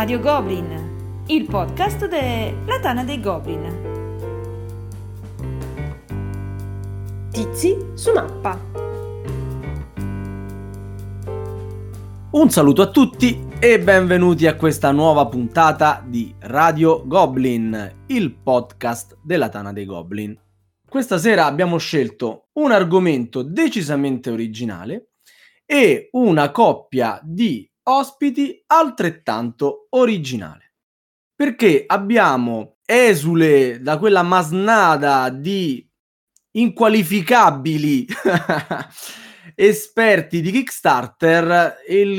Radio Goblin, il podcast della Tana dei Goblin. Tizi su mappa. Un saluto a tutti e benvenuti a questa nuova puntata di Radio Goblin, il podcast della Tana dei Goblin. Questa sera abbiamo scelto un argomento decisamente originale e una coppia di ospiti altrettanto originale, perché abbiamo esule da quella masnada di inqualificabili esperti di Kickstarter,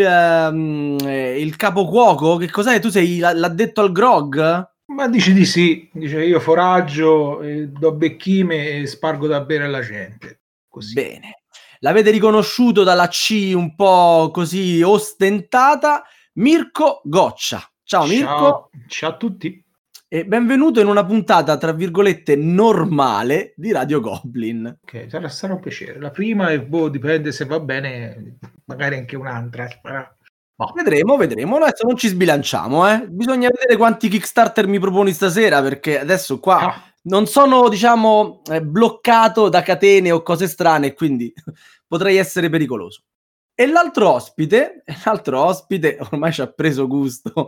il capocuoco. Che cos'è? Tu sei l'addetto al grog? Ma dici di sì, dice io foraggio, do becchime e spargo da bere alla gente. Così. Bene, l'avete riconosciuto dalla C un po' così ostentata, Mirko Goccia. Ciao Mirko. Ciao a tutti. E benvenuto in una puntata, tra virgolette, normale di Radio Goblin. Ok, sarà un piacere. La prima e dipende se va bene, magari anche un'altra. No. Vedremo, adesso non ci sbilanciamo, Bisogna vedere quanti Kickstarter mi proponi stasera, perché adesso qua non sono, bloccato da catene o cose strane, quindi potrei essere pericoloso. E l'altro ospite, ormai ci ha preso gusto,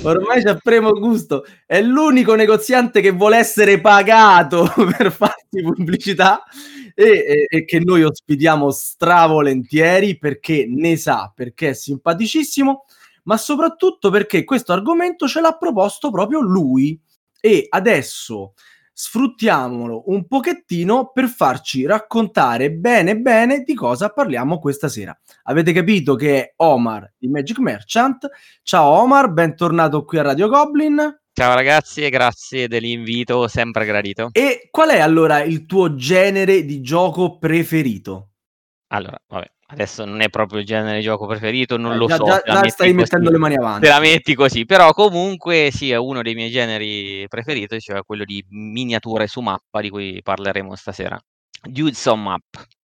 è l'unico negoziante che vuole essere pagato per farti pubblicità e che noi ospitiamo stravolentieri perché ne sa, perché è simpaticissimo, ma soprattutto perché questo argomento ce l'ha proposto proprio lui e adesso sfruttiamolo un pochettino per farci raccontare bene di cosa parliamo questa sera. Avete capito che è Omar di Magic Merchant. Ciao Omar, bentornato qui a Radio Goblin. Ciao ragazzi e grazie dell'invito, sempre gradito. E qual è allora il tuo genere di gioco preferito? Allora, vabbè, adesso non è proprio il genere di gioco preferito, non lo già, so. Già stai mettendo le mani avanti. Te la metti così, però comunque sì, è uno dei miei generi preferiti, cioè quello di miniature su mappa di cui parleremo stasera. Dudes on Map.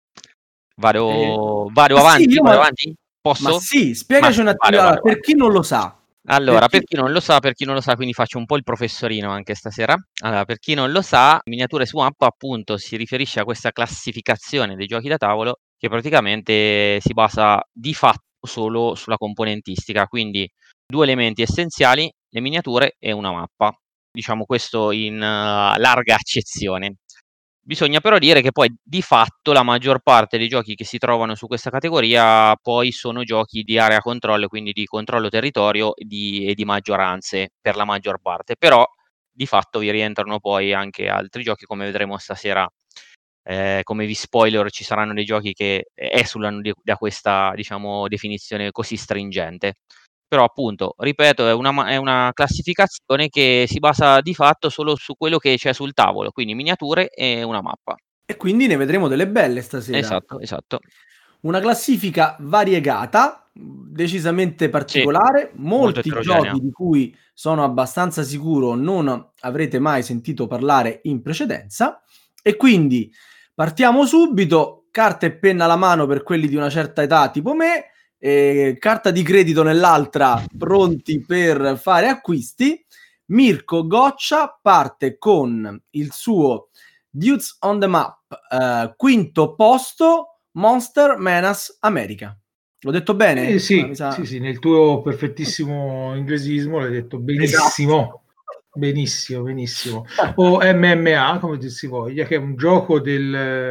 Vado avanti? Posso? Ma sì, spiegaci un attimo, per chi non lo sa. Allora, per chi non lo sa, quindi faccio un po' il professorino anche stasera. Allora, per chi non lo sa, miniature su mappa appunto si riferisce a questa classificazione dei giochi da tavolo che praticamente si basa di fatto solo sulla componentistica, quindi due elementi essenziali, le miniature e una mappa. Diciamo questo in larga accezione. Bisogna però dire che poi di fatto la maggior parte dei giochi che si trovano su questa categoria poi sono giochi di area controllo, quindi di controllo territorio e di maggioranze per la maggior parte, però di fatto vi rientrano poi anche altri giochi, come vedremo stasera. Come vi spoiler, ci saranno dei giochi che esulano da questa, diciamo, definizione così stringente. Però appunto, ripeto, è una classificazione che si basa di fatto solo su quello che c'è sul tavolo, quindi miniature e una mappa. E quindi ne vedremo delle belle stasera. Esatto. Una classifica variegata, decisamente particolare, sì, molti giochi di cui sono abbastanza sicuro non avrete mai sentito parlare in precedenza, e quindi partiamo subito, carta e penna alla mano per quelli di una certa età tipo me, carta di credito nell'altra, pronti per fare acquisti. Mirko Goccia parte con il suo Dudes on the Map, quinto posto, Monster Menace America. L'ho detto bene? Sì, nel tuo perfettissimo inglesismo l'hai detto benissimo. Esatto. Benissimo. O MMA, come si voglia, che è un gioco che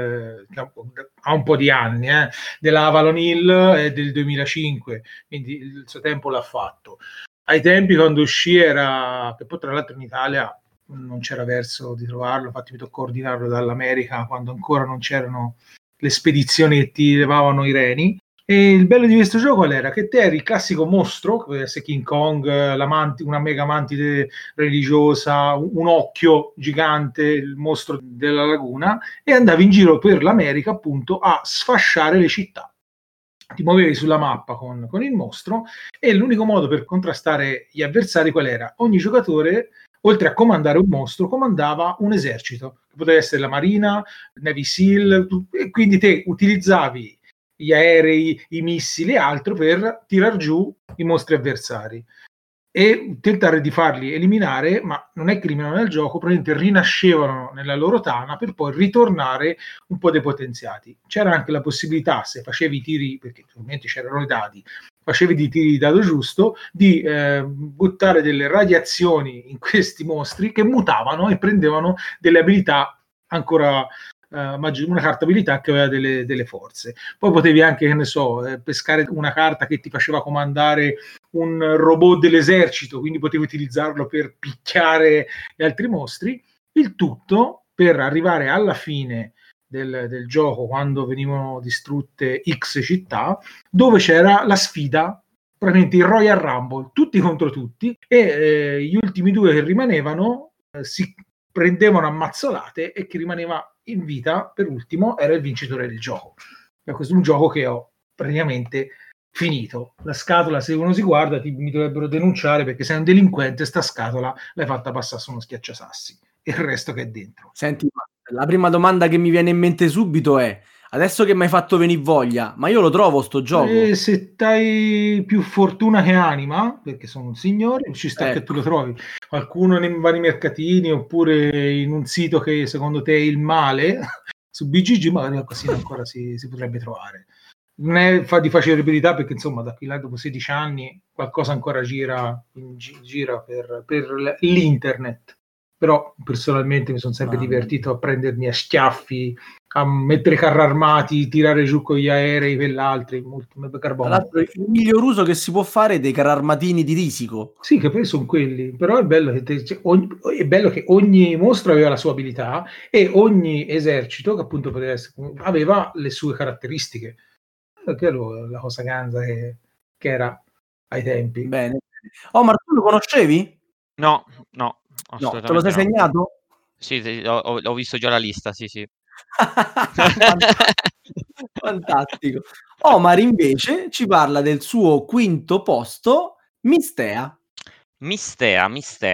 ha un po' di anni, della Avalon Hill, è del 2005, quindi il suo tempo l'ha fatto. Ai tempi quando uscì era, che poi tra l'altro in Italia non c'era verso di trovarlo, infatti mi toccò ordinarlo dall'America quando ancora non c'erano le spedizioni che ti levavano i reni. E il bello di questo gioco era che te eri il classico mostro, che poteva essere King Kong, una mega mantide religiosa, un occhio gigante, il mostro della laguna, e andavi in giro per l'America appunto a sfasciare le città. Ti muovevi sulla mappa con il mostro, e l'unico modo per contrastare gli avversari qual era? Ogni giocatore, oltre a comandare un mostro, comandava un esercito, che poteva essere la Marina, Navy Seal, e quindi te utilizzavi gli aerei, i missili e altro per tirar giù i mostri avversari. e tentare di farli eliminare, ma non è che eliminavano il gioco, probabilmente rinascevano nella loro tana per poi ritornare un po' depotenziati. C'era anche la possibilità, se facevi i tiri, perché ovviamente c'erano i dadi, facevi di tiri di dado giusto, di buttare delle radiazioni in questi mostri che mutavano e prendevano delle abilità ancora una carta abilità che aveva delle forze. Poi potevi anche, che ne so, pescare una carta che ti faceva comandare un robot dell'esercito, quindi potevi utilizzarlo per picchiare gli altri mostri. Il tutto per arrivare alla fine del gioco, quando venivano distrutte X città, dove c'era la sfida, praticamente il Royal Rumble, tutti contro tutti, e gli ultimi due che rimanevano si prendevano a mazzolate e chi rimaneva in vita per ultimo era il vincitore del gioco. E questo è un gioco che ho praticamente finito. La scatola, se uno si guarda, mi dovrebbero denunciare perché sei un delinquente, sta scatola l'hai fatta passare su uno schiacciasassi. Il resto che è dentro. Senti, la prima domanda che mi viene in mente subito è: adesso che mi hai fatto venire voglia, ma io lo trovo sto gioco? Se hai più fortuna che anima, perché sono un signore, ci sta che tu lo trovi. Qualcuno nei vari mercatini oppure in un sito che secondo te è il male, su BGG magari qualcosina ancora si potrebbe trovare. Non è di facile reperibilità perché insomma da qui là dopo 16 anni qualcosa ancora gira per l'internet. Però personalmente mi sono sempre divertito a prendermi a schiaffi, a mettere carri armati, tirare giù con gli aerei per l'altri, molto Tra l'altro il miglior uso che si può fare è dei carri armatini di risico. Sì, che poi sono quelli, però è bello è bello che ogni mostro aveva la sua abilità e ogni esercito, che appunto poteva essere, aveva le sue caratteristiche. Che è la cosa ganza che era ai tempi. Bene. Omar, tu lo conoscevi? No, No, te lo sei segnato? Sì, ho visto già la lista, sì. Fantastico. Omar invece ci parla del suo quinto posto, Mistea. Mistea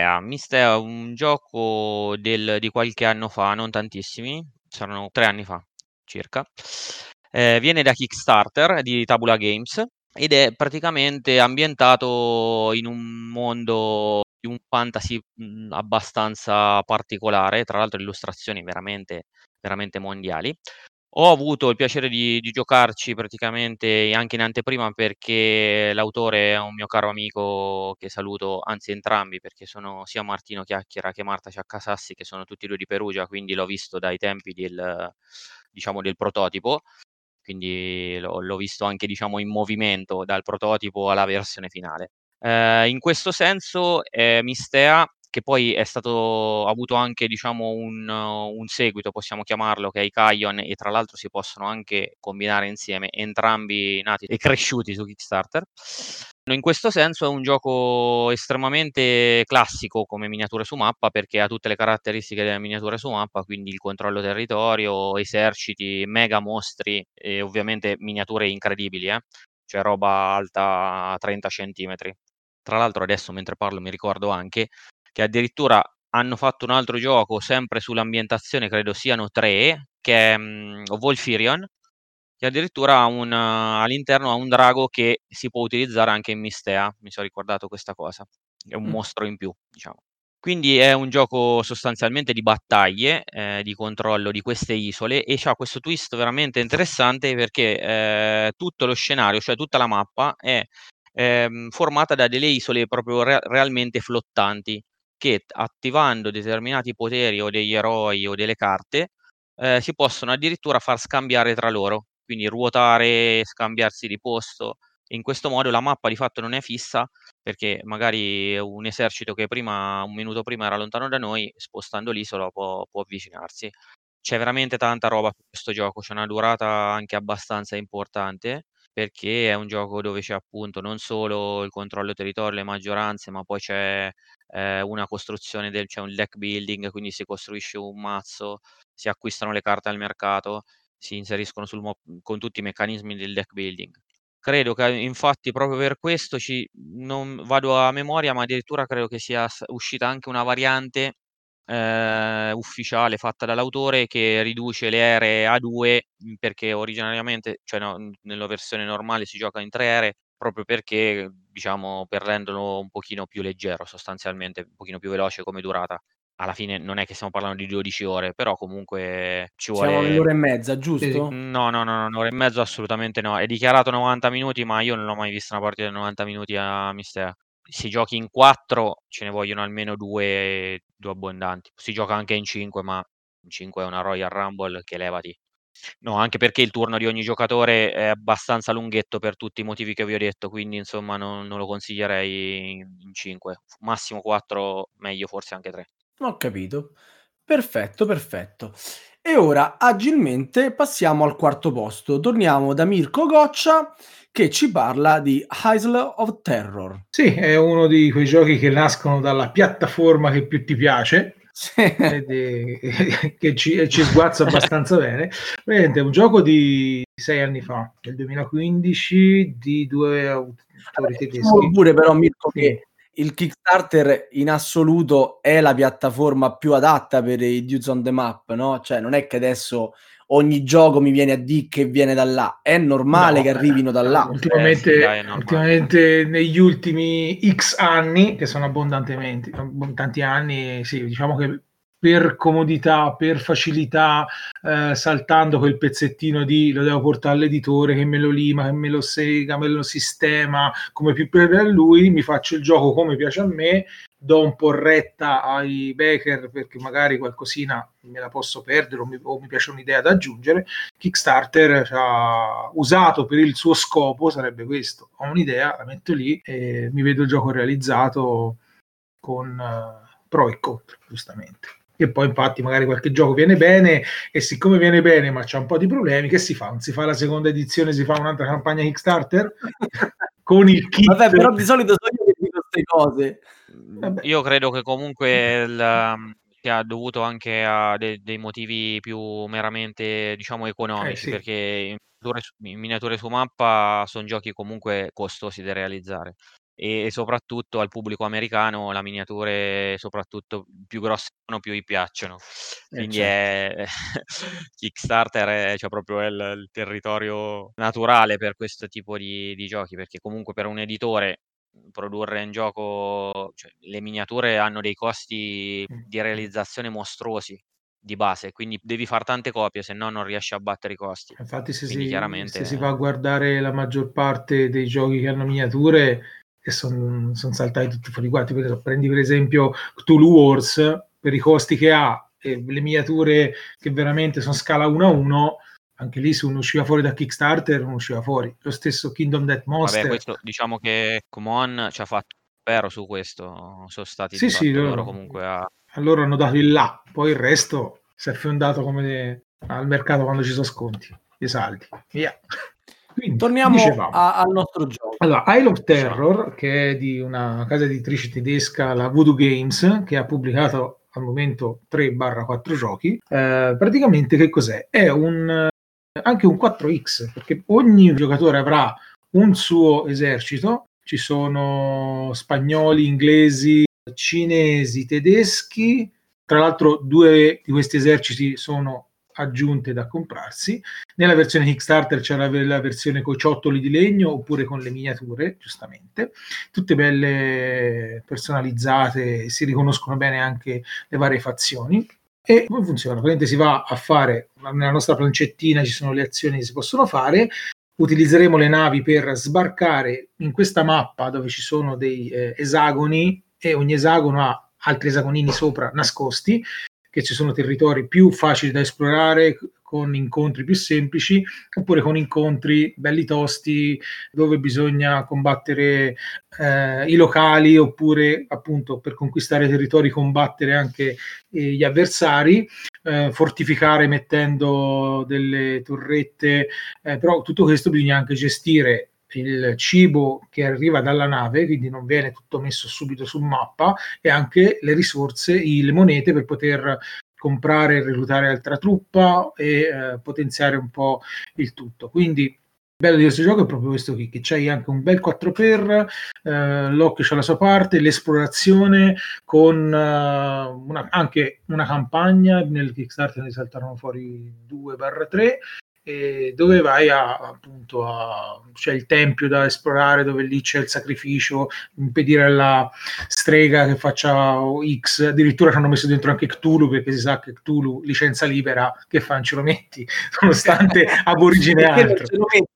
è un gioco di qualche anno fa, non tantissimi, saranno 3 anni fa circa. Viene da Kickstarter di Tabula Games ed è praticamente ambientato in un mondo di un fantasy abbastanza particolare, tra l'altro illustrazioni veramente mondiali. Ho avuto il piacere di giocarci praticamente anche in anteprima perché l'autore è un mio caro amico che saluto, anzi entrambi, perché sono sia Martino Chiacchiera che Marta Ciaccasassi, che sono tutti 2 di Perugia, quindi l'ho visto dai tempi diciamo del prototipo, quindi l'ho visto anche diciamo in movimento dal prototipo alla versione finale. In questo senso, Mistea, che poi ha avuto anche diciamo un seguito, possiamo chiamarlo, che è Icaion, e tra l'altro si possono anche combinare insieme, entrambi nati e cresciuti su Kickstarter. In questo senso è un gioco estremamente classico come miniature su mappa, perché ha tutte le caratteristiche delle miniature su mappa, quindi il controllo territorio, eserciti, mega mostri e ovviamente miniature incredibili, cioè roba alta 30 centimetri. Tra l'altro adesso mentre parlo mi ricordo anche che addirittura hanno fatto un altro gioco sempre sull'ambientazione, credo siano 3, che è Volfirion, che addirittura all'interno ha un drago che si può utilizzare anche in Mistea, mi sono ricordato questa cosa, è un mostro in più, diciamo. Quindi è un gioco sostanzialmente di battaglie, di controllo di queste isole e c'ha questo twist veramente interessante perché, tutto lo scenario, cioè tutta la mappa è formata da delle isole proprio realmente flottanti, che attivando determinati poteri o degli eroi o delle carte, si possono addirittura far scambiare tra loro, quindi ruotare, scambiarsi di posto. In questo modo la mappa di fatto non è fissa, perché magari un esercito che un minuto prima era lontano da noi, spostando l'isola può avvicinarsi. C'è veramente tanta roba su questo gioco, c'è una durata anche abbastanza importante, perché è un gioco dove c'è appunto non solo il controllo territorio, le maggioranze, ma poi c'è una costruzione c'è un deck building, quindi si costruisce un mazzo, si acquistano le carte al mercato, si inseriscono con tutti i meccanismi del deck building. Credo che infatti proprio per questo non vado a memoria, ma addirittura credo che sia uscita anche una variante ufficiale fatta dall'autore che riduce le ere a 2, perché originariamente, cioè no, nella versione normale si gioca in 3 ere, proprio perché, diciamo, per renderlo un pochino più leggero sostanzialmente, un pochino più veloce come durata. Alla fine non è che stiamo parlando di 12 ore, però comunque ci Siamo vuole... nell'ora e mezza, Sì, giusto? No, un'ora e mezzo assolutamente no. È dichiarato 90 minuti, ma io non ho mai visto una partita di 90 minuti a Mistea. Si giochi in 4, ce ne vogliono almeno 2 abbondanti. Si gioca anche in 5, ma in 5 è una Royal Rumble che levati. No, anche perché il turno di ogni giocatore è abbastanza lunghetto per tutti i motivi che vi ho detto, quindi insomma non lo consiglierei in 5. Massimo 4, meglio forse anche 3. Ho capito. Perfetto, perfetto. E ora agilmente passiamo al quarto posto. Torniamo da Mirko Goccia che ci parla di Isle of Terror. Sì, è uno di quei giochi che nascono dalla piattaforma che più ti piace. Che ci sguazza abbastanza bene. Praticamente è un gioco di 6 anni fa, del 2015, di 2 autori tedeschi. Pure però Mirko Sì. che il Kickstarter in assoluto è la piattaforma più adatta per i Dudes on the Map, no? Cioè non è che adesso ogni gioco mi viene a dire che viene da là, è normale che arrivino da là. Ultimamente, sì, dai, è normale. ultimamente negli ultimi X anni, che sono tanti anni, sì, diciamo che per comodità, per facilità, saltando quel pezzettino di lo devo portare all'editore che me lo lima, che me lo sega, me lo sistema, come più piace a lui, mi faccio il gioco come piace a me, do un po' retta ai backer perché magari qualcosina me la posso perdere o mi piace un'idea da aggiungere. Kickstarter ha usato per il suo scopo, sarebbe questo, ho un'idea, la metto lì e mi vedo il gioco realizzato con pro e contro, giustamente. E poi infatti magari qualche gioco viene bene e siccome viene bene ma c'ha un po' di problemi, che si fa? Non si fa la seconda edizione, si fa un'altra campagna Kickstarter? Con il kit. Vabbè, però di solito sono io che dico queste cose. Vabbè. Io credo che comunque sia dovuto anche a dei motivi più meramente, diciamo, economici, Sì. perché in miniature su mappa sono giochi comunque costosi da realizzare e soprattutto al pubblico americano le miniature, soprattutto più grosse, più gli piacciono. Quindi certo. Kickstarter cioè proprio è il territorio naturale per questo tipo di giochi, perché comunque per un editore produrre un gioco, cioè, le miniature hanno dei costi di realizzazione mostruosi di base, quindi devi far tante copie, se no non riesci a battere i costi. Infatti se Chiaramente si va a guardare la maggior parte dei giochi che hanno miniature e sono saltati tutti fuori guardi. Prendi per esempio Cthulhu Wars, per i costi che ha e le miniature che veramente sono scala 1:1, anche lì se uno usciva fuori da Kickstarter non usciva fuori. Lo stesso Kingdom Death Monster. Vabbè, questo diciamo che Common ci ha fatto spero su questo, sono stati di Sì, fatto loro comunque a... Allora hanno dato il là, poi il resto si è fiondato come al mercato quando ci sono sconti, i saldi, via. Quindi, torniamo al nostro gioco. Allora, Isle of Terror, che è di una casa editrice tedesca, la Voodoo Games, che ha pubblicato al momento 3/4 giochi. Praticamente che cos'è? È anche un 4X, perché ogni giocatore avrà un suo esercito. Ci sono spagnoli, inglesi, cinesi, tedeschi. Tra l'altro 2 di questi eserciti sono aggiunte da comprarsi. Nella versione Kickstarter c'era la versione con i ciottoli di legno oppure con le miniature, giustamente, tutte belle personalizzate, si riconoscono bene anche le varie fazioni. E come funziona? Praticamente si va a fare, nella nostra plancettina ci sono le azioni che si possono fare, utilizzeremo le navi per sbarcare in questa mappa dove ci sono dei esagoni e ogni esagono ha altri esagonini sopra nascosti, che ci sono territori più facili da esplorare con incontri più semplici oppure con incontri belli tosti dove bisogna combattere i locali oppure appunto per conquistare territori combattere anche gli avversari, fortificare mettendo delle torrette, però tutto questo bisogna anche gestire il cibo che arriva dalla nave, quindi non viene tutto messo subito su mappa, e anche le risorse, le monete per poter comprare e reclutare altra truppa e potenziare un po' il tutto. Quindi il bello di questo gioco è proprio questo qui, che c'hai anche un bel 4x, l'occhio c'ha la sua parte, l'esplorazione con anche una campagna. Nel Kickstarter ne saltarono fuori 2/3 dove vai appunto c'è il tempio da esplorare, dove lì c'è il sacrificio, impedire alla strega che faccia X, addirittura ci hanno messo dentro anche Cthulhu, perché si sa che Cthulhu, licenza libera, che fa, non ce lo metti, nonostante aborigine altro.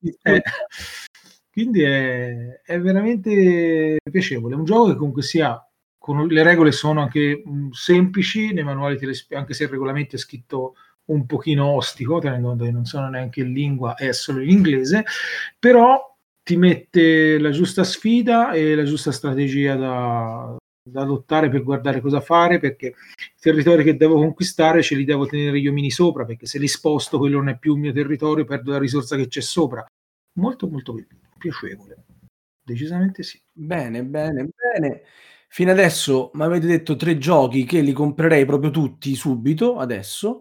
Quindi è veramente piacevole, è un gioco che comunque sia, le regole sono anche semplici, nei manuali anche se il regolamento è scritto un pochino ostico, tenendo conto che non sono neanche in lingua, è solo in inglese, però ti mette la giusta sfida e la giusta strategia da adottare per guardare cosa fare, perché i territori che devo conquistare ce li devo tenere gli omini sopra, perché se li sposto quello non è più il mio territorio, perdo la risorsa che c'è sopra. Molto molto piacevole, decisamente sì. Bene. Fino adesso mi avete detto 3 giochi che li comprerei proprio tutti subito, adesso,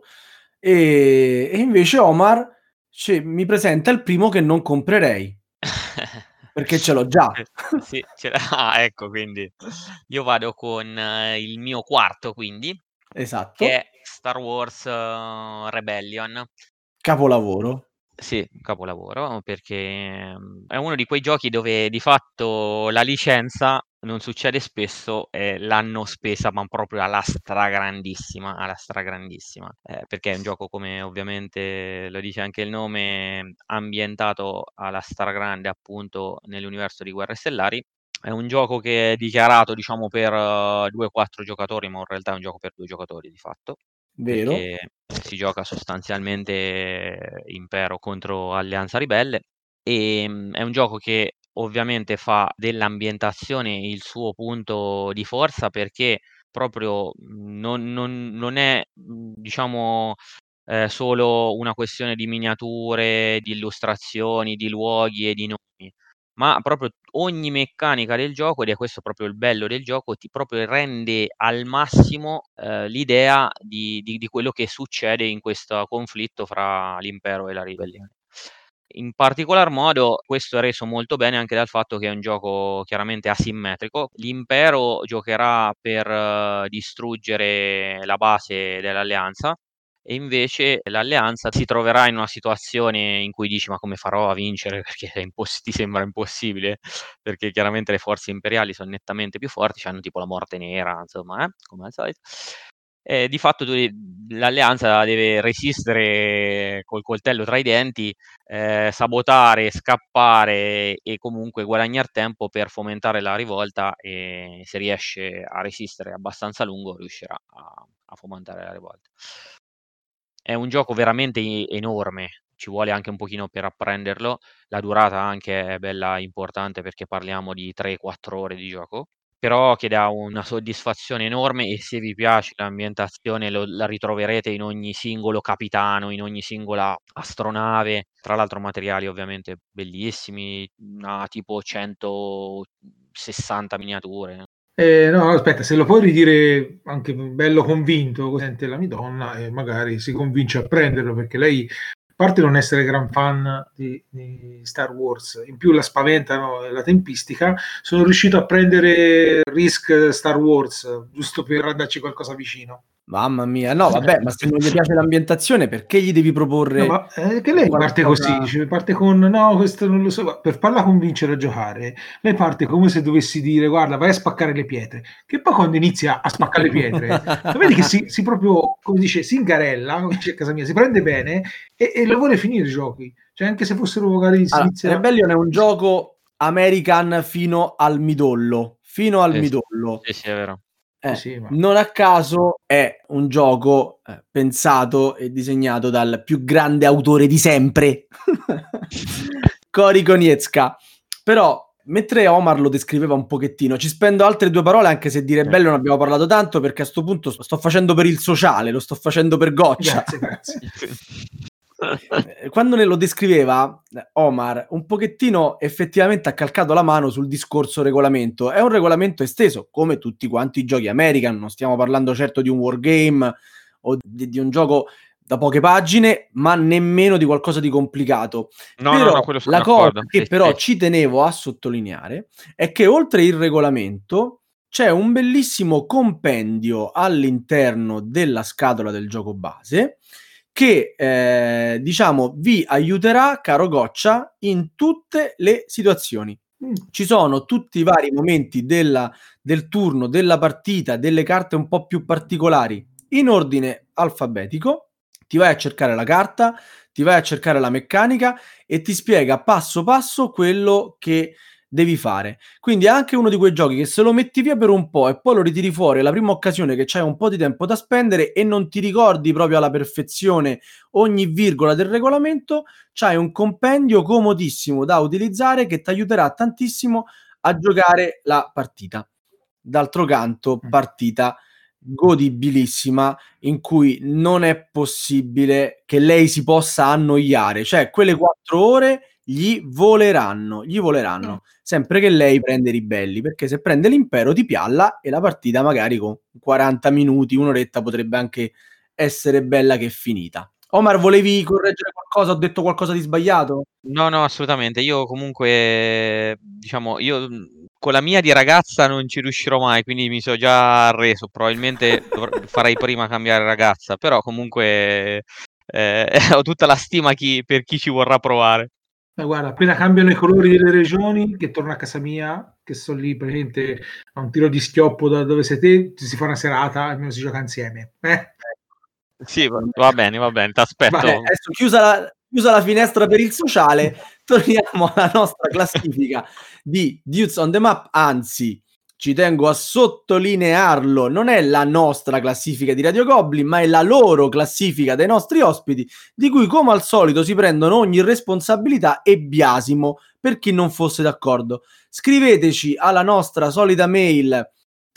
e invece Omar mi presenta il primo che non comprerei. Perché ce l'ho già. Sì, ecco, quindi io vado con il mio quarto, quindi, Esatto. che è Star Wars Rebellion. Capolavoro. Sì, capolavoro, perché è uno di quei giochi dove di fatto la licenza non succede spesso e l'hanno spesa, ma proprio alla stragrandissima, perché è un gioco, come ovviamente lo dice anche il nome, ambientato alla stragrande appunto nell'universo di Guerre Stellari. È un gioco che è dichiarato, diciamo, per 2-4 giocatori, ma in realtà è un gioco per 2 giocatori di fatto. Vero. Perché si gioca sostanzialmente Impero contro Alleanza Ribelle, è un gioco che ovviamente fa dell'ambientazione il suo punto di forza, perché proprio non è, diciamo, solo una questione di miniature, di illustrazioni, di luoghi e di nomi, ma proprio ogni meccanica del gioco, ed è questo proprio il bello del gioco, ti proprio rende al massimo l'idea di quello che succede in questo conflitto fra l'impero e la ribellione. In particolar modo questo è reso molto bene anche dal fatto che è un gioco chiaramente asimmetrico. L'impero giocherà per distruggere la base dell'alleanza, e invece l'alleanza si troverà in una situazione in cui dici: "Ma come farò a vincere?" Perché ti sembra impossibile, perché chiaramente le forze imperiali son nettamente più forti, c'hanno tipo la morte nera, insomma, come al solito. E di fatto l'alleanza deve resistere col coltello tra i denti, sabotare, scappare e comunque guadagnar tempo per fomentare la rivolta, e se riesce a resistere abbastanza a lungo riuscirà a fomentare la rivolta. È un gioco veramente enorme, ci vuole anche un pochino per apprenderlo, la durata anche è bella importante perché parliamo di 3-4 ore di gioco, però che dà una soddisfazione enorme, e se vi piace l'ambientazione la ritroverete in ogni singolo capitano, in ogni singola astronave, tra l'altro materiali ovviamente bellissimi, tipo 160 miniature. No, aspetta, se lo puoi ridire anche bello convinto, così sente la mia donna e magari si convince a prenderlo, perché lei, a parte non essere gran fan di Star Wars, in più la spaventano la tempistica, sono riuscito a prendere Risk Star Wars, giusto per andarci qualcosa vicino. Mamma mia, no vabbè, ma se non gli piace l'ambientazione perché gli devi proporre... No, ma che lei parte così, cioè, parte con no, questo non lo so, per farla convincere a giocare, lei parte come se dovessi dire guarda, vai a spaccare le pietre, che poi quando inizia a spaccare le pietre, vedi che si proprio, come dice, si ingarella, come dice a casa mia, si prende bene e lo vuole finire i giochi, cioè anche se fossero magari in Svizzera. Rebellion è un gioco American fino al midollo, midollo. Sì, è vero. Sì, ma... Non a caso è un gioco pensato e disegnato dal più grande autore di sempre, Cory Konietzka. Però mentre Omar lo descriveva un pochettino, ci spendo altre 2 parole, anche se di Rebellion abbiamo parlato tanto, perché a sto punto sto facendo per il sociale, lo sto facendo per goccia. Grazie. Quando lo descriveva Omar, un pochettino effettivamente ha calcato la mano sul discorso regolamento. È un regolamento esteso, come tutti quanti i giochi American, non stiamo parlando certo di un wargame o di un gioco da poche pagine, ma nemmeno di qualcosa di complicato. No, quello sono la cosa d'accordo. che però ci tenevo a sottolineare è che oltre il regolamento c'è un bellissimo compendio all'interno della scatola del gioco base, che diciamo vi aiuterà, caro Goccia, in tutte le situazioni. Ci sono tutti i vari momenti del turno, della partita, delle carte un po' più particolari in ordine alfabetico. Ti vai a cercare la carta, ti vai a cercare la meccanica e ti spiega passo passo quello che devi fare. Quindi è anche uno di quei giochi che se lo metti via per un po' e poi lo ritiri fuori la prima occasione che c'hai un po' di tempo da spendere e non ti ricordi proprio alla perfezione ogni virgola del regolamento, c'hai un compendio comodissimo da utilizzare che ti aiuterà tantissimo a giocare la partita. D'altro canto, partita godibilissima in cui non è possibile che lei si possa annoiare, cioè quelle 4 ore gli voleranno, sempre che lei prende i ribelli, perché se prende l'impero ti pialla e la partita magari con 40 minuti, un'oretta potrebbe anche essere bella che è finita. Omar, volevi correggere qualcosa? Ho detto qualcosa di sbagliato? No, assolutamente. Io comunque, diciamo, con la mia di ragazza non ci riuscirò mai, quindi mi sono già arreso. Probabilmente farei prima cambiare ragazza, però comunque ho tutta la stima per chi ci vorrà provare. Ma guarda, appena cambiano i colori delle regioni, che torno a casa mia, che sono lì praticamente a un tiro di schioppo da dove sei te, si fa una serata, almeno si gioca insieme. Sì, va bene, ti aspetto. Vabbè, adesso chiusa la finestra per il sociale, torniamo alla nostra classifica di Dudes on the Map, anzi, ci tengo a sottolinearlo, non è la nostra classifica di Radio Goblin, ma è la loro classifica dei nostri ospiti, di cui come al solito si prendono ogni responsabilità e biasimo per chi non fosse d'accordo. Scriveteci alla nostra solita mail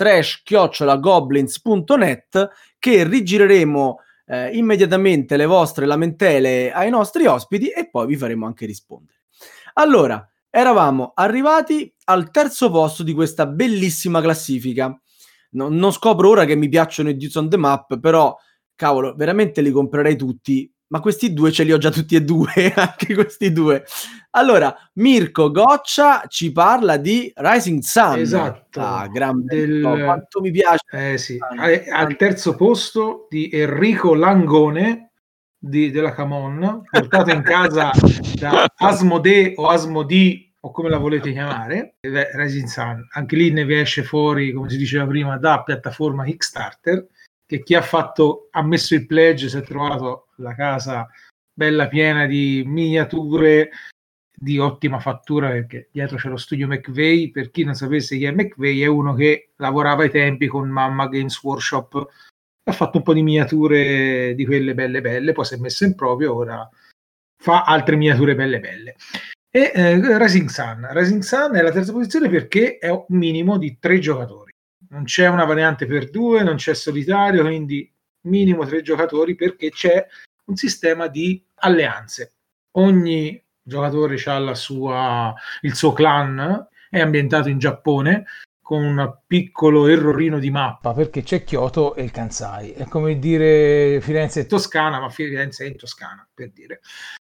trash@goblins.net che rigireremo immediatamente le vostre lamentele ai nostri ospiti e poi vi faremo anche rispondere. Allora, eravamo arrivati al terzo posto di questa bellissima classifica. Non scopro ora che mi piacciono i Dudes on the Map, però, cavolo, veramente li comprerei tutti. Ma questi due ce li ho già tutti e due, anche questi due. Allora, Mirko Goccia ci parla di Rising Sun. Esatto. Quanto mi piace. Sì. Al terzo posto di Enrico Langone della Camon, portato in casa da Asmodee o Asmodee o come la volete chiamare, Rising Sun. Anche lì ne esce fuori, come si diceva prima, da piattaforma Kickstarter, che chi ha messo il pledge si è trovato la casa bella piena di miniature di ottima fattura, perché dietro c'è lo studio McVeigh. Per chi non sapesse chi è McVeigh, è uno che lavorava ai tempi con Mamma Games Workshop, ha fatto un po' di miniature di quelle belle, poi si è messo in proprio, ora fa altre miniature belle. E Rising Sun è la terza posizione perché è un minimo di 3 giocatori. Non c'è una variante per 2, non c'è solitario, quindi minimo 3 giocatori, perché c'è un sistema di alleanze. Ogni giocatore ha il suo clan, è ambientato in Giappone, con un piccolo errorino di mappa, perché c'è Kyoto e il Kansai. È come dire Firenze è Toscana, ma Firenze è in Toscana, per dire.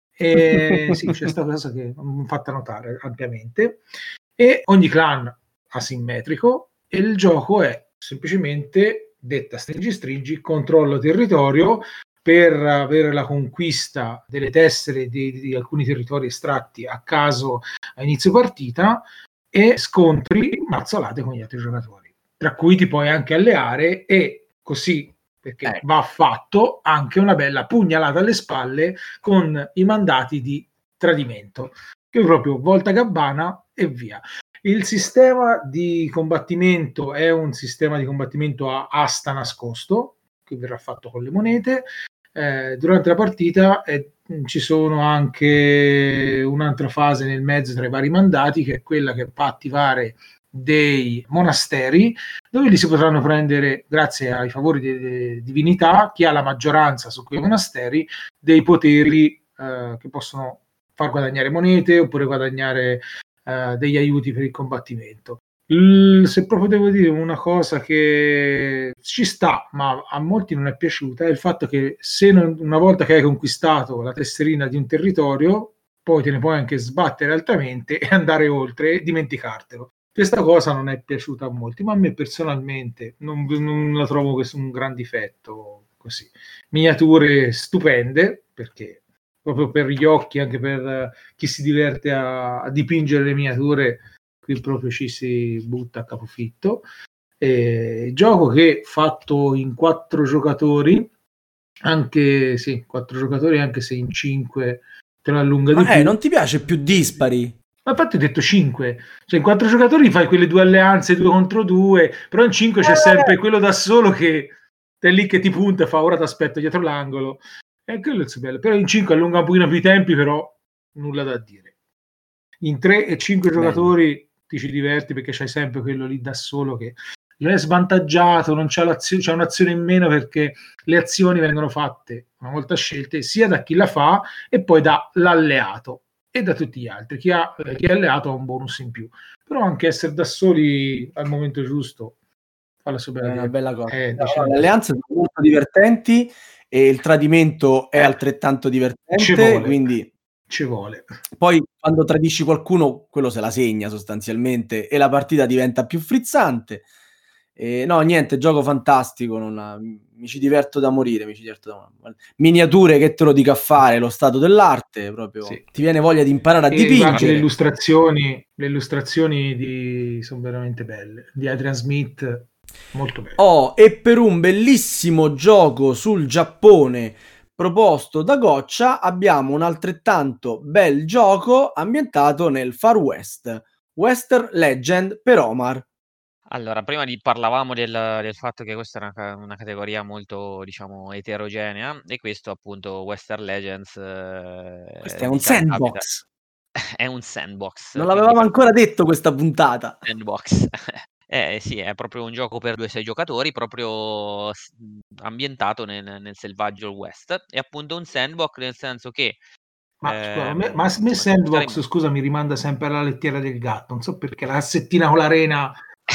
E sì, c'è questa cosa che mi fatta notare ampiamente. E ogni clan asimmetrico, e il gioco è semplicemente, detta stringi, controllo territorio per avere la conquista delle tessere di alcuni territori estratti a caso a inizio partita e scontri mazzolate con gli altri giocatori, tra cui ti puoi anche alleare e così, perché va fatto, anche una bella pugnalata alle spalle con i mandati di tradimento, che proprio volta gabbana e via. Il sistema di combattimento è un sistema di combattimento a asta nascosto, che verrà fatto con le monete. Durante la partita ci sono anche un'altra fase nel mezzo tra i vari mandati, che è quella che fa attivare dei monasteri, dove li si potranno prendere, grazie ai favori delle divinità, chi ha la maggioranza su quei monasteri, dei poteri che possono far guadagnare monete oppure guadagnare degli aiuti per il combattimento. Se proprio devo dire una cosa che ci sta, ma a molti non è piaciuta, è il fatto che una volta che hai conquistato la tesserina di un territorio, poi te ne puoi anche sbattere altamente e andare oltre e dimenticartelo. Questa cosa non è piaciuta a molti, ma a me personalmente non la trovo un gran difetto. così. Miniature stupende, perché proprio per gli occhi, anche per chi si diverte a dipingere le miniature, qui proprio ci si butta a capofitto. Gioco che fatto in 4 giocatori, anche sì, 4 giocatori, anche se in 5 te lo allunga di più. Non ti piace più dispari? Ma infatti ho detto 5, cioè in 4 giocatori fai quelle 2 alleanze 2 contro 2, però in 5 c'è sempre quello da solo che è lì che ti punta e fa ora ti aspetto dietro l'angolo, e quello è il suo bello. Però in 5 allunga un pochino più i tempi, però nulla da dire. In 3 e 5 giocatori ti ci diverti perché c'hai sempre quello lì da solo che è svantaggiato, non c'è l'azione, c'è un'azione in meno perché le azioni vengono fatte una volta scelte sia da chi la fa e poi dall'alleato e da tutti gli altri. Chi è alleato ha un bonus in più, però anche essere da soli al momento giusto fa la sua bella, è una bella cosa. diciamo, le alleanze sono molto divertenti e il tradimento è altrettanto divertente, quindi ci vuole. Poi quando tradisci qualcuno, quello se la segna sostanzialmente e la partita diventa più frizzante. No, niente, gioco fantastico, mi ci diverto da morire, miniature che te lo dica a fare, lo stato dell'arte, proprio sì. Ti viene voglia di imparare a dipingere. Le illustrazioni sono veramente belle, di Adrian Smith, molto belle. E per un bellissimo gioco sul Giappone proposto da Goccia abbiamo un altrettanto bel gioco ambientato nel Far West, Western Legend per Omar. Allora, prima parlavamo del fatto che questa è una categoria molto, diciamo, eterogenea, e questo appunto Western Legends Questo è un sandbox. È un sandbox. Non l'avevamo ancora detto questa puntata. Sandbox. Sì, è proprio un gioco per 2-6 giocatori, proprio ambientato nel selvaggio West. È appunto un sandbox nel senso che a me Sandbox, scusa, mi rimanda sempre alla lettiera del gatto, non so perché, la cassettina con l'arena.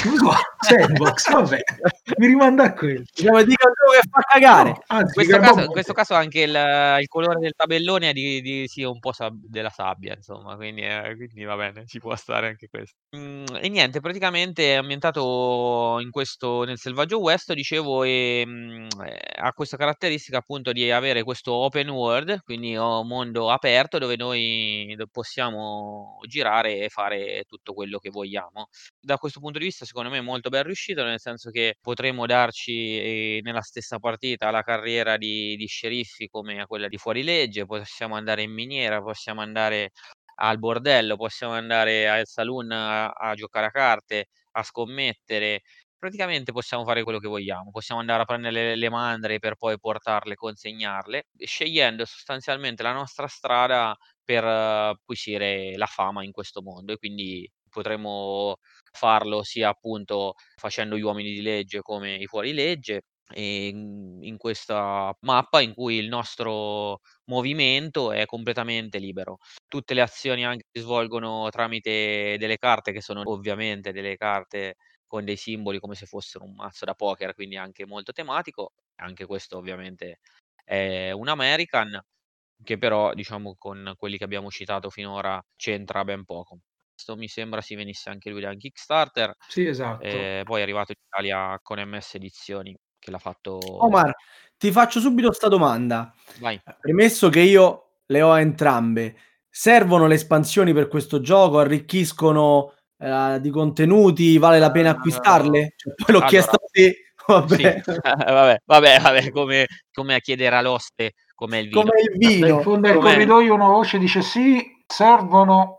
Sandbox, vabbè, mi rimanda a quello. Diciamo, dica un gioco che fa cagare. No, anzi, in questo caso anche il colore del tabellone è sì, un po' della sabbia, insomma, quindi va bene, ci può stare anche questo. E niente, praticamente è ambientato nel selvaggio West, dicevo, e ha questa caratteristica appunto di avere questo open world, quindi un mondo aperto dove noi possiamo girare e fare tutto quello che vogliamo. Da questo punto di vista secondo me è molto ben riuscito, nel senso che potremo darci nella stessa partita la carriera di sceriffi come a quella di fuorilegge, possiamo andare in miniera, possiamo andare al bordello, possiamo andare al saloon a giocare a carte, a scommettere. Praticamente possiamo fare quello che vogliamo, possiamo andare a prendere le mandrie per poi portarle, consegnarle, scegliendo sostanzialmente la nostra strada per acquisire la fama in questo mondo, e quindi potremo farlo sia appunto facendo gli uomini di legge come i fuorilegge, e in questa mappa in cui il nostro movimento è completamente libero. Tutte le azioni anche si svolgono tramite delle carte che sono ovviamente delle carte con dei simboli come se fossero un mazzo da poker, quindi anche molto tematico. Anche questo ovviamente è un American, che però diciamo con quelli che abbiamo citato finora c'entra ben poco. Questo mi sembra si venisse anche lui da un Kickstarter. Sì, esatto. Poi è arrivato in Italia con MS Edizioni, che l'ha fatto. Omar, ti faccio subito sta domanda. Vai. Premesso che io le ho entrambe, servono le espansioni per questo gioco? Arricchiscono di contenuti? Vale la pena acquistarle? Cioè, poi l'ho chiesto a te. Vabbè. Sì. vabbè, come a chiedere all'oste com'è il vino. Come il vino. In fondo al corridoio una voce dice sì, servono.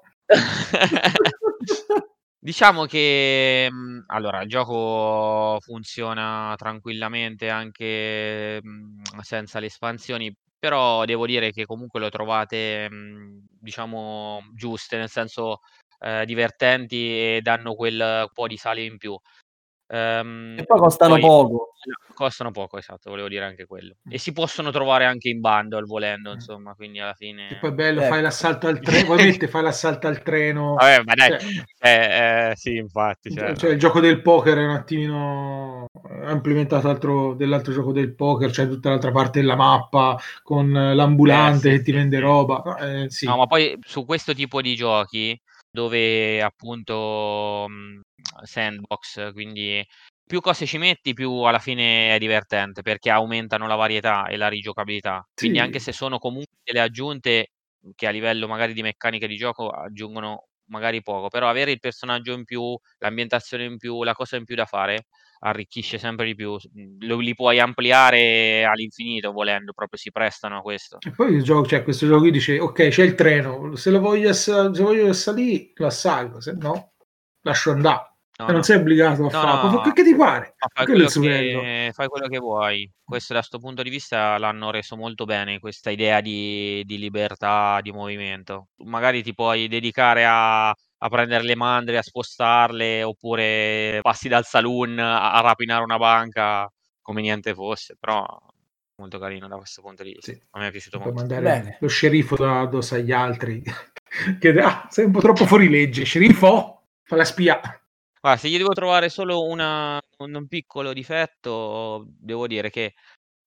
Diciamo che allora il gioco funziona tranquillamente anche senza le espansioni, però devo dire che comunque lo trovate diciamo giuste, nel senso divertenti, e danno quel po' di sale in più. E poi costano poco. Costano poco, esatto, volevo dire anche quello. E si possono trovare anche in bundle volendo, insomma, quindi alla fine. E poi è bello, fai l'assalto al treno, fai l'assalto al treno. Vabbè, ma dai, sì, infatti. Cioè, il gioco del poker è un attimino ha implementato dell'altro gioco del poker, c'è tutta l'altra parte della mappa con l'ambulante che ti vende roba. Sì. No, ma poi su questo tipo di giochi dove appunto sandbox, quindi più cose ci metti, più alla fine è divertente, perché aumentano la varietà e la rigiocabilità. Quindi anche se sono comunque delle aggiunte che a livello magari di meccanica di gioco aggiungono magari poco, però avere il personaggio in più, l'ambientazione in più, la cosa in più da fare arricchisce sempre di più. Li puoi ampliare all'infinito volendo, proprio si prestano a questo. E poi il gioco, cioè questo gioco qui dice ok, c'è il treno, se voglio salire lo salgo, se no lascio andare. No, non no. sei obbligato a fare, che ti pare? Fai Quello è quello il suo bello. fai quello che vuoi. Questo da sto punto di vista l'hanno reso molto bene, questa idea di libertà di movimento. Magari ti puoi dedicare a prendere le mandrie, a spostarle, oppure passi dal saloon a rapinare una banca come niente fosse, però molto carino da questo punto di vista. Sì. A me è piaciuto Puoi molto. mandare lo sceriffo addosso agli altri che sei un po' troppo fuori legge, sceriffo, fa la spia. Guarda, se gli devo trovare solo un piccolo difetto, devo dire che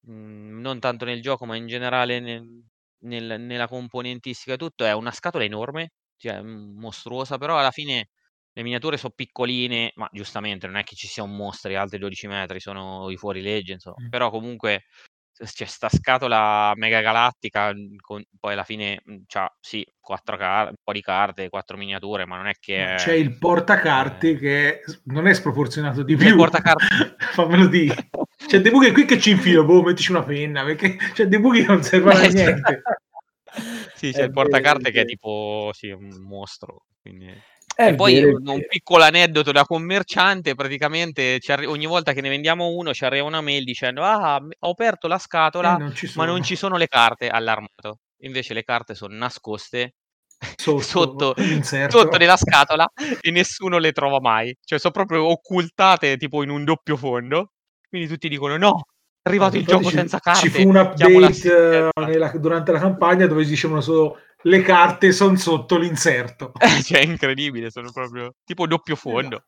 non tanto nel gioco, ma in generale nella componentistica e tutto, è una scatola enorme, cioè mostruosa, però alla fine le miniature so piccoline, ma giustamente non è che ci sia un mostro di altri 12 metri, sono i fuorilegge, insomma. Però comunque c'è sta scatola mega galattica, poi alla fine c'ha sì, 4 un po' di carte, 4 miniature, ma non è che C'è il portacarte che non è sproporzionato di c'è più. il portacarte. Fammelo dire. C'è dei buchi qui che ci infilo, mettici una penna, perché c'è dei buchi che non servono a niente. Sì, c'è il portacarte che è tipo sì, un mostro. Quindi... E poi un piccolo aneddoto da commerciante, praticamente ogni volta che ne vendiamo uno ci arriva una mail dicendo ho aperto la scatola ma non ci sono le carte all'armato. Invece le carte sono nascoste sotto nella scatola e nessuno le trova mai. Cioè sono proprio occultate tipo in un doppio fondo. Quindi tutti dicono no, è arrivato il gioco senza carte. Ci fu un update durante la campagna dove dicevano solo le carte sono sotto l'inserto. Cioè è incredibile, sono proprio tipo doppio fondo.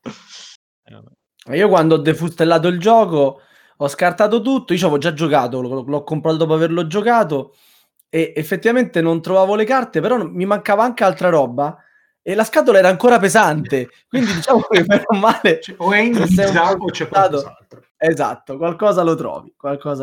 Io quando ho defustellato il gioco ho scartato tutto, io ci avevo già giocato, l'ho comprato dopo averlo giocato e effettivamente non trovavo le carte, però mi mancava anche altra roba e la scatola era ancora pesante, quindi diciamo che meno male o è in guisa o c'è qualcos'altro. Esatto, qualcosa lo trovi.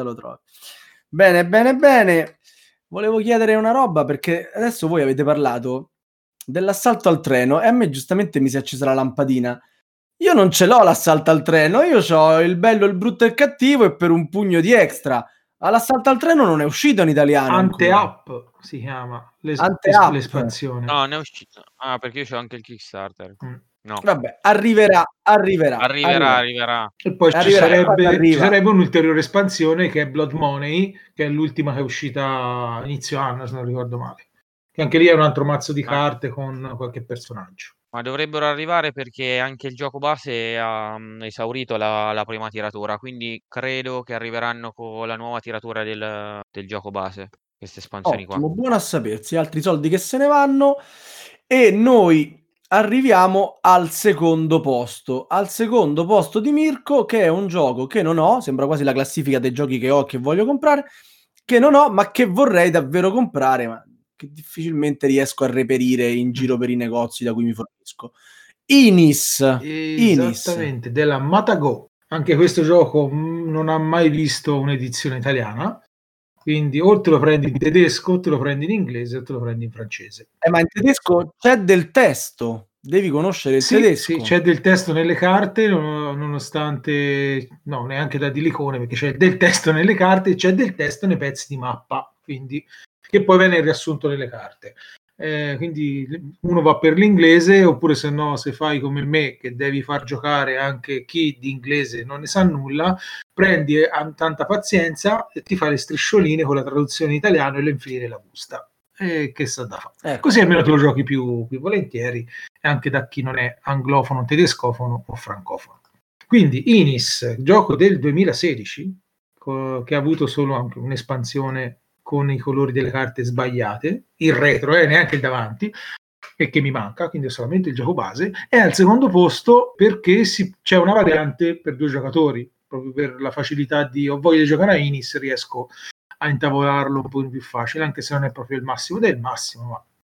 Bene. Volevo chiedere una roba perché adesso voi avete parlato dell'assalto al treno e a me giustamente mi si è accesa la lampadina. Io non ce l'ho l'assalto al treno, io ho il bello, il brutto e il cattivo e per un pugno di extra. L'assalto al treno non è uscito in italiano. Ante-Up si chiama l'espansione. No, non è uscito. Perché io c'ho anche il Kickstarter. No. Vabbè, arriverà. E poi ci sarebbe un'ulteriore espansione che è Blood Money, che è l'ultima che è uscita inizio anno, se non ricordo male. Che anche lì è un altro mazzo di carte con qualche personaggio. Ma dovrebbero arrivare perché anche il gioco base ha esaurito la prima tiratura, quindi credo che arriveranno con la nuova tiratura del gioco base, queste espansioni qua. Buono a sapersi, altri soldi che se ne vanno e noi arriviamo al secondo posto di Mirko, che è un gioco che non ho, sembra quasi la classifica dei giochi che ho che voglio comprare, che non ho ma che vorrei davvero comprare, ma che difficilmente riesco a reperire in giro per i negozi da cui mi fornisco. Inis. Esattamente, della Matago. Anche questo gioco non ha mai visto un'edizione italiana, quindi o te lo prendi in tedesco, o te lo prendi in inglese, o te lo prendi in francese. Ma in tedesco c'è del testo, devi conoscere il tedesco. Sì, c'è del testo nelle carte, nonostante neanche da dilicone, perché c'è del testo nelle carte e c'è del testo nei pezzi di mappa, quindi che poi viene riassunto nelle carte. Quindi uno va per l'inglese, oppure se no, se fai come me che devi far giocare anche chi di inglese non ne sa nulla, prendi tanta pazienza e ti fai le striscioline con la traduzione in italiano e le infili nella busta. Che sa da fare. Così almeno te lo giochi più volentieri, anche da chi non è anglofono, tedescofono o francofono. Quindi Inis, gioco del 2016, che ha avuto solo anche un'espansione con i colori delle carte sbagliate, il retro, neanche il davanti, e che mi manca, quindi è solamente il gioco base, è al secondo posto perché c'è una variante per 2 giocatori, proprio per la facilità di ho voglia di giocare a Inis, riesco a intavolarlo un po' più facile, anche se non è proprio il massimo del massimo, ma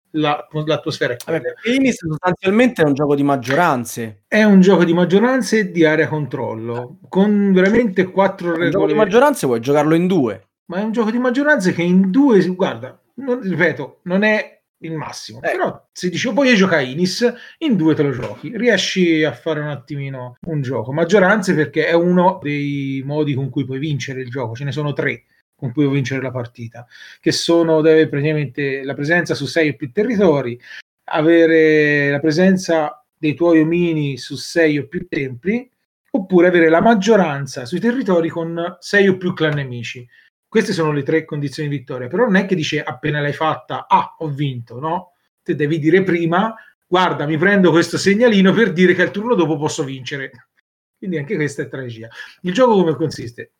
l'atmosfera è quella. Inis sostanzialmente è un gioco di maggioranze. È un gioco di maggioranze e di area controllo, con veramente 4 regole. Un gioco di maggioranze puoi giocarlo in 2. Ma è un gioco di maggioranze che in 2, guarda, ripeto, non è il massimo, però se dici poi gioca a Inis, in 2 te lo giochi, riesci a fare un attimino un gioco. Maggioranze perché è uno dei modi con cui puoi vincere il gioco, ce ne sono 3 con cui puoi vincere la partita, che sono praticamente la presenza su 6 o più territori, avere la presenza dei tuoi omini su 6 o più templi, oppure avere la maggioranza sui territori con 6 o più clan nemici. Queste sono le 3 condizioni di vittoria, però non è che dice appena l'hai fatta, ho vinto, no? Te devi dire prima, guarda, mi prendo questo segnalino per dire che al turno dopo posso vincere. Quindi anche questa è strategia. Il gioco come consiste?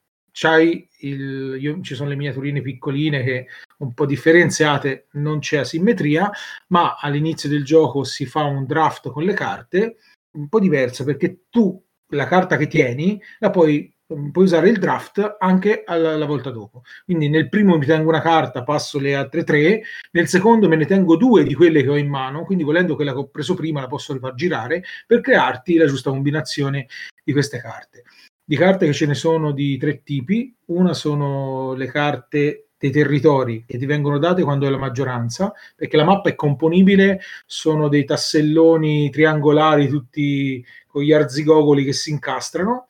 Ci sono le miniaturine piccoline che un po' differenziate, non c'è asimmetria, ma all'inizio del gioco si fa un draft con le carte, un po' diverso perché tu la carta che tieni la puoi usare il draft anche la volta dopo. Quindi nel primo mi tengo una carta, passo le altre 3, nel secondo me ne tengo 2 di quelle che ho in mano, quindi volendo quella che ho preso prima la posso rifar girare per crearti la giusta combinazione di queste carte. Di carte che ce ne sono di 3 tipi. Una sono le carte dei territori che ti vengono date quando è la maggioranza, perché la mappa è componibile, sono dei tasselloni triangolari tutti con gli arzigogoli che si incastrano,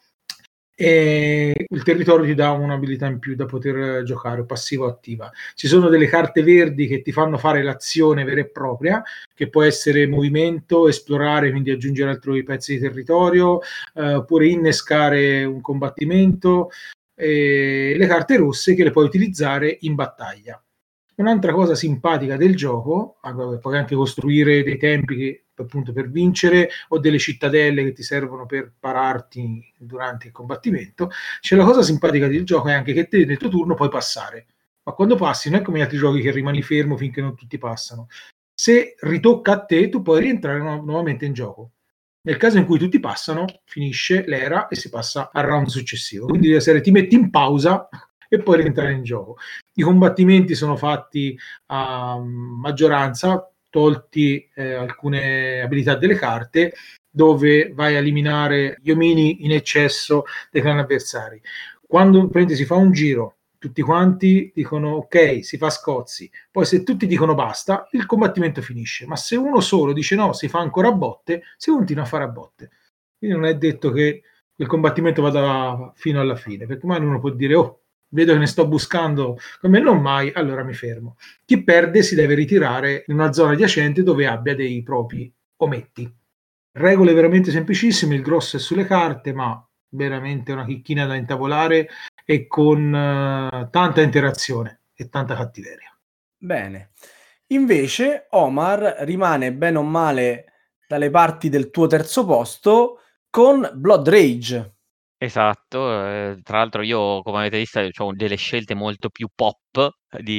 e il territorio ti dà un'abilità in più da poter giocare, passiva o attiva. Ci sono delle carte verdi che ti fanno fare l'azione vera e propria, che può essere movimento, esplorare, quindi aggiungere altri pezzi di territorio, oppure innescare un combattimento, e le carte rosse che le puoi utilizzare in battaglia. Un'altra cosa simpatica del gioco, puoi anche costruire dei tempi che, appunto, per vincere, o delle cittadelle che ti servono per pararti durante il combattimento. C'è la cosa simpatica del gioco è anche che te nel tuo turno puoi passare, ma quando passi non è come gli altri giochi che rimani fermo finché non tutti passano. Se ritocca a te, tu puoi rientrare nuovamente in gioco. Nel caso in cui tutti passano, finisce l'era e si passa al round successivo. Quindi deve essere, ti metti in pausa e poi rientrare in gioco. I combattimenti sono fatti a maggioranza, tolti alcune abilità delle carte, dove vai a eliminare gli omini in eccesso dei clan avversari. Quando si fa un giro, tutti quanti dicono ok, si fa scozzi, poi se tutti dicono basta, il combattimento finisce, ma se uno solo dice no, si fa ancora a botte, si continua a fare a botte. Quindi non è detto che il combattimento vada fino alla fine, perché magari uno può dire oh, vedo che ne sto buscando come non mai, allora mi fermo. Chi perde si deve ritirare in una zona adiacente dove abbia dei propri ometti. Regole veramente semplicissime, il grosso è sulle carte, ma veramente una chicchina da intavolare e con tanta interazione e tanta cattiveria. Bene. Invece Omar rimane bene o male dalle parti del tuo terzo posto con Blood Rage. Esatto, tra l'altro io, come avete visto, ho delle scelte molto più pop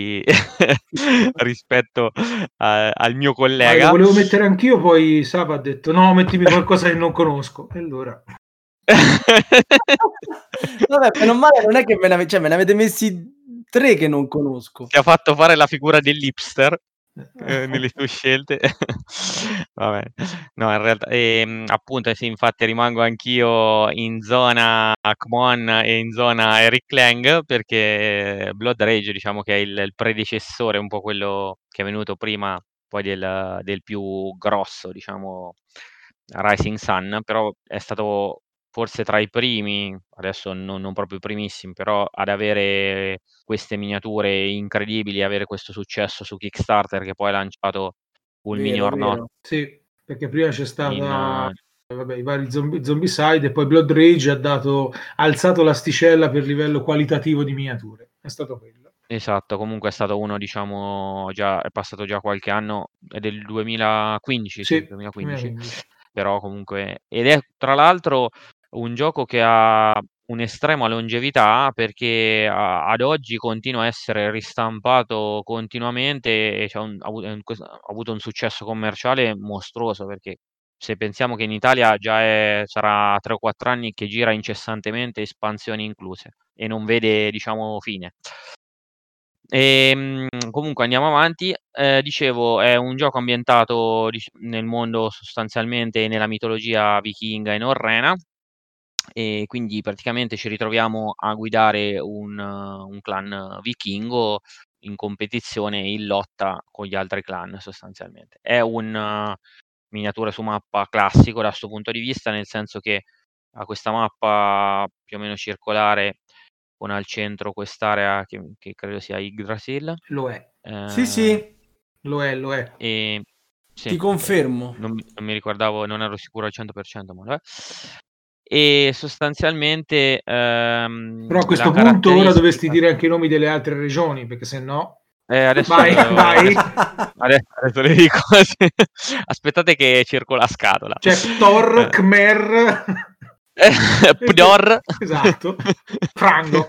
rispetto al mio collega. Lo volevo mettere anch'io, poi Sava ha detto no, mettimi qualcosa che non conosco, e allora... Vabbè, non male, non è che me ne avete messi 3 che non conosco. Ti ha fatto fare la figura dell'hipster nelle tue scelte. Vabbè, no, in realtà, appunto, sì, infatti rimango anch'io in zona Akmon e in zona Eric Lang, perché Blood Rage, diciamo che è il predecessore, un po' quello che è venuto prima poi del più grosso, diciamo, Rising Sun, però è stato forse tra i primi, adesso non proprio i primissimi, però ad avere queste miniature incredibili, avere questo successo su Kickstarter che poi ha lanciato Fulmini or Not. Sì, perché prima c'è stata i vari Zombicide e poi Blood Rage ha alzato l'asticella per livello qualitativo di miniature. È stato quello. Esatto, comunque è stato uno, diciamo, è passato già qualche anno, è del 2015, sì, 2015. Però comunque, ed è tra l'altro un gioco che ha un'estrema longevità, perché ad oggi continua a essere ristampato continuamente e ha avuto un successo commerciale mostruoso, perché se pensiamo che in Italia già sarà 3 o 4 anni che gira incessantemente, espansioni incluse, e non vede, diciamo, fine. Comunque andiamo avanti. Dicevo, è un gioco ambientato nel mondo sostanzialmente nella mitologia vichinga e norrena, e quindi praticamente ci ritroviamo a guidare un clan vichingo in competizione e in lotta con gli altri clan sostanzialmente. È un miniatura su mappa classico da 'sto punto di vista, nel senso che ha questa mappa più o meno circolare con al centro quest'area che credo sia Yggdrasil. Lo è, Sì, lo è. E sì, ti confermo. non mi ricordavo, non ero sicuro al 100%, ma vabbè. E sostanzialmente, Però a questo la punto ora dovresti caratteristica dire anche i nomi delle altre regioni, perché se no... adesso Vai, vai. adesso le dico. Aspettate che cerco la scatola. C'è Thor, Khmer, Pdor. esatto, Frango.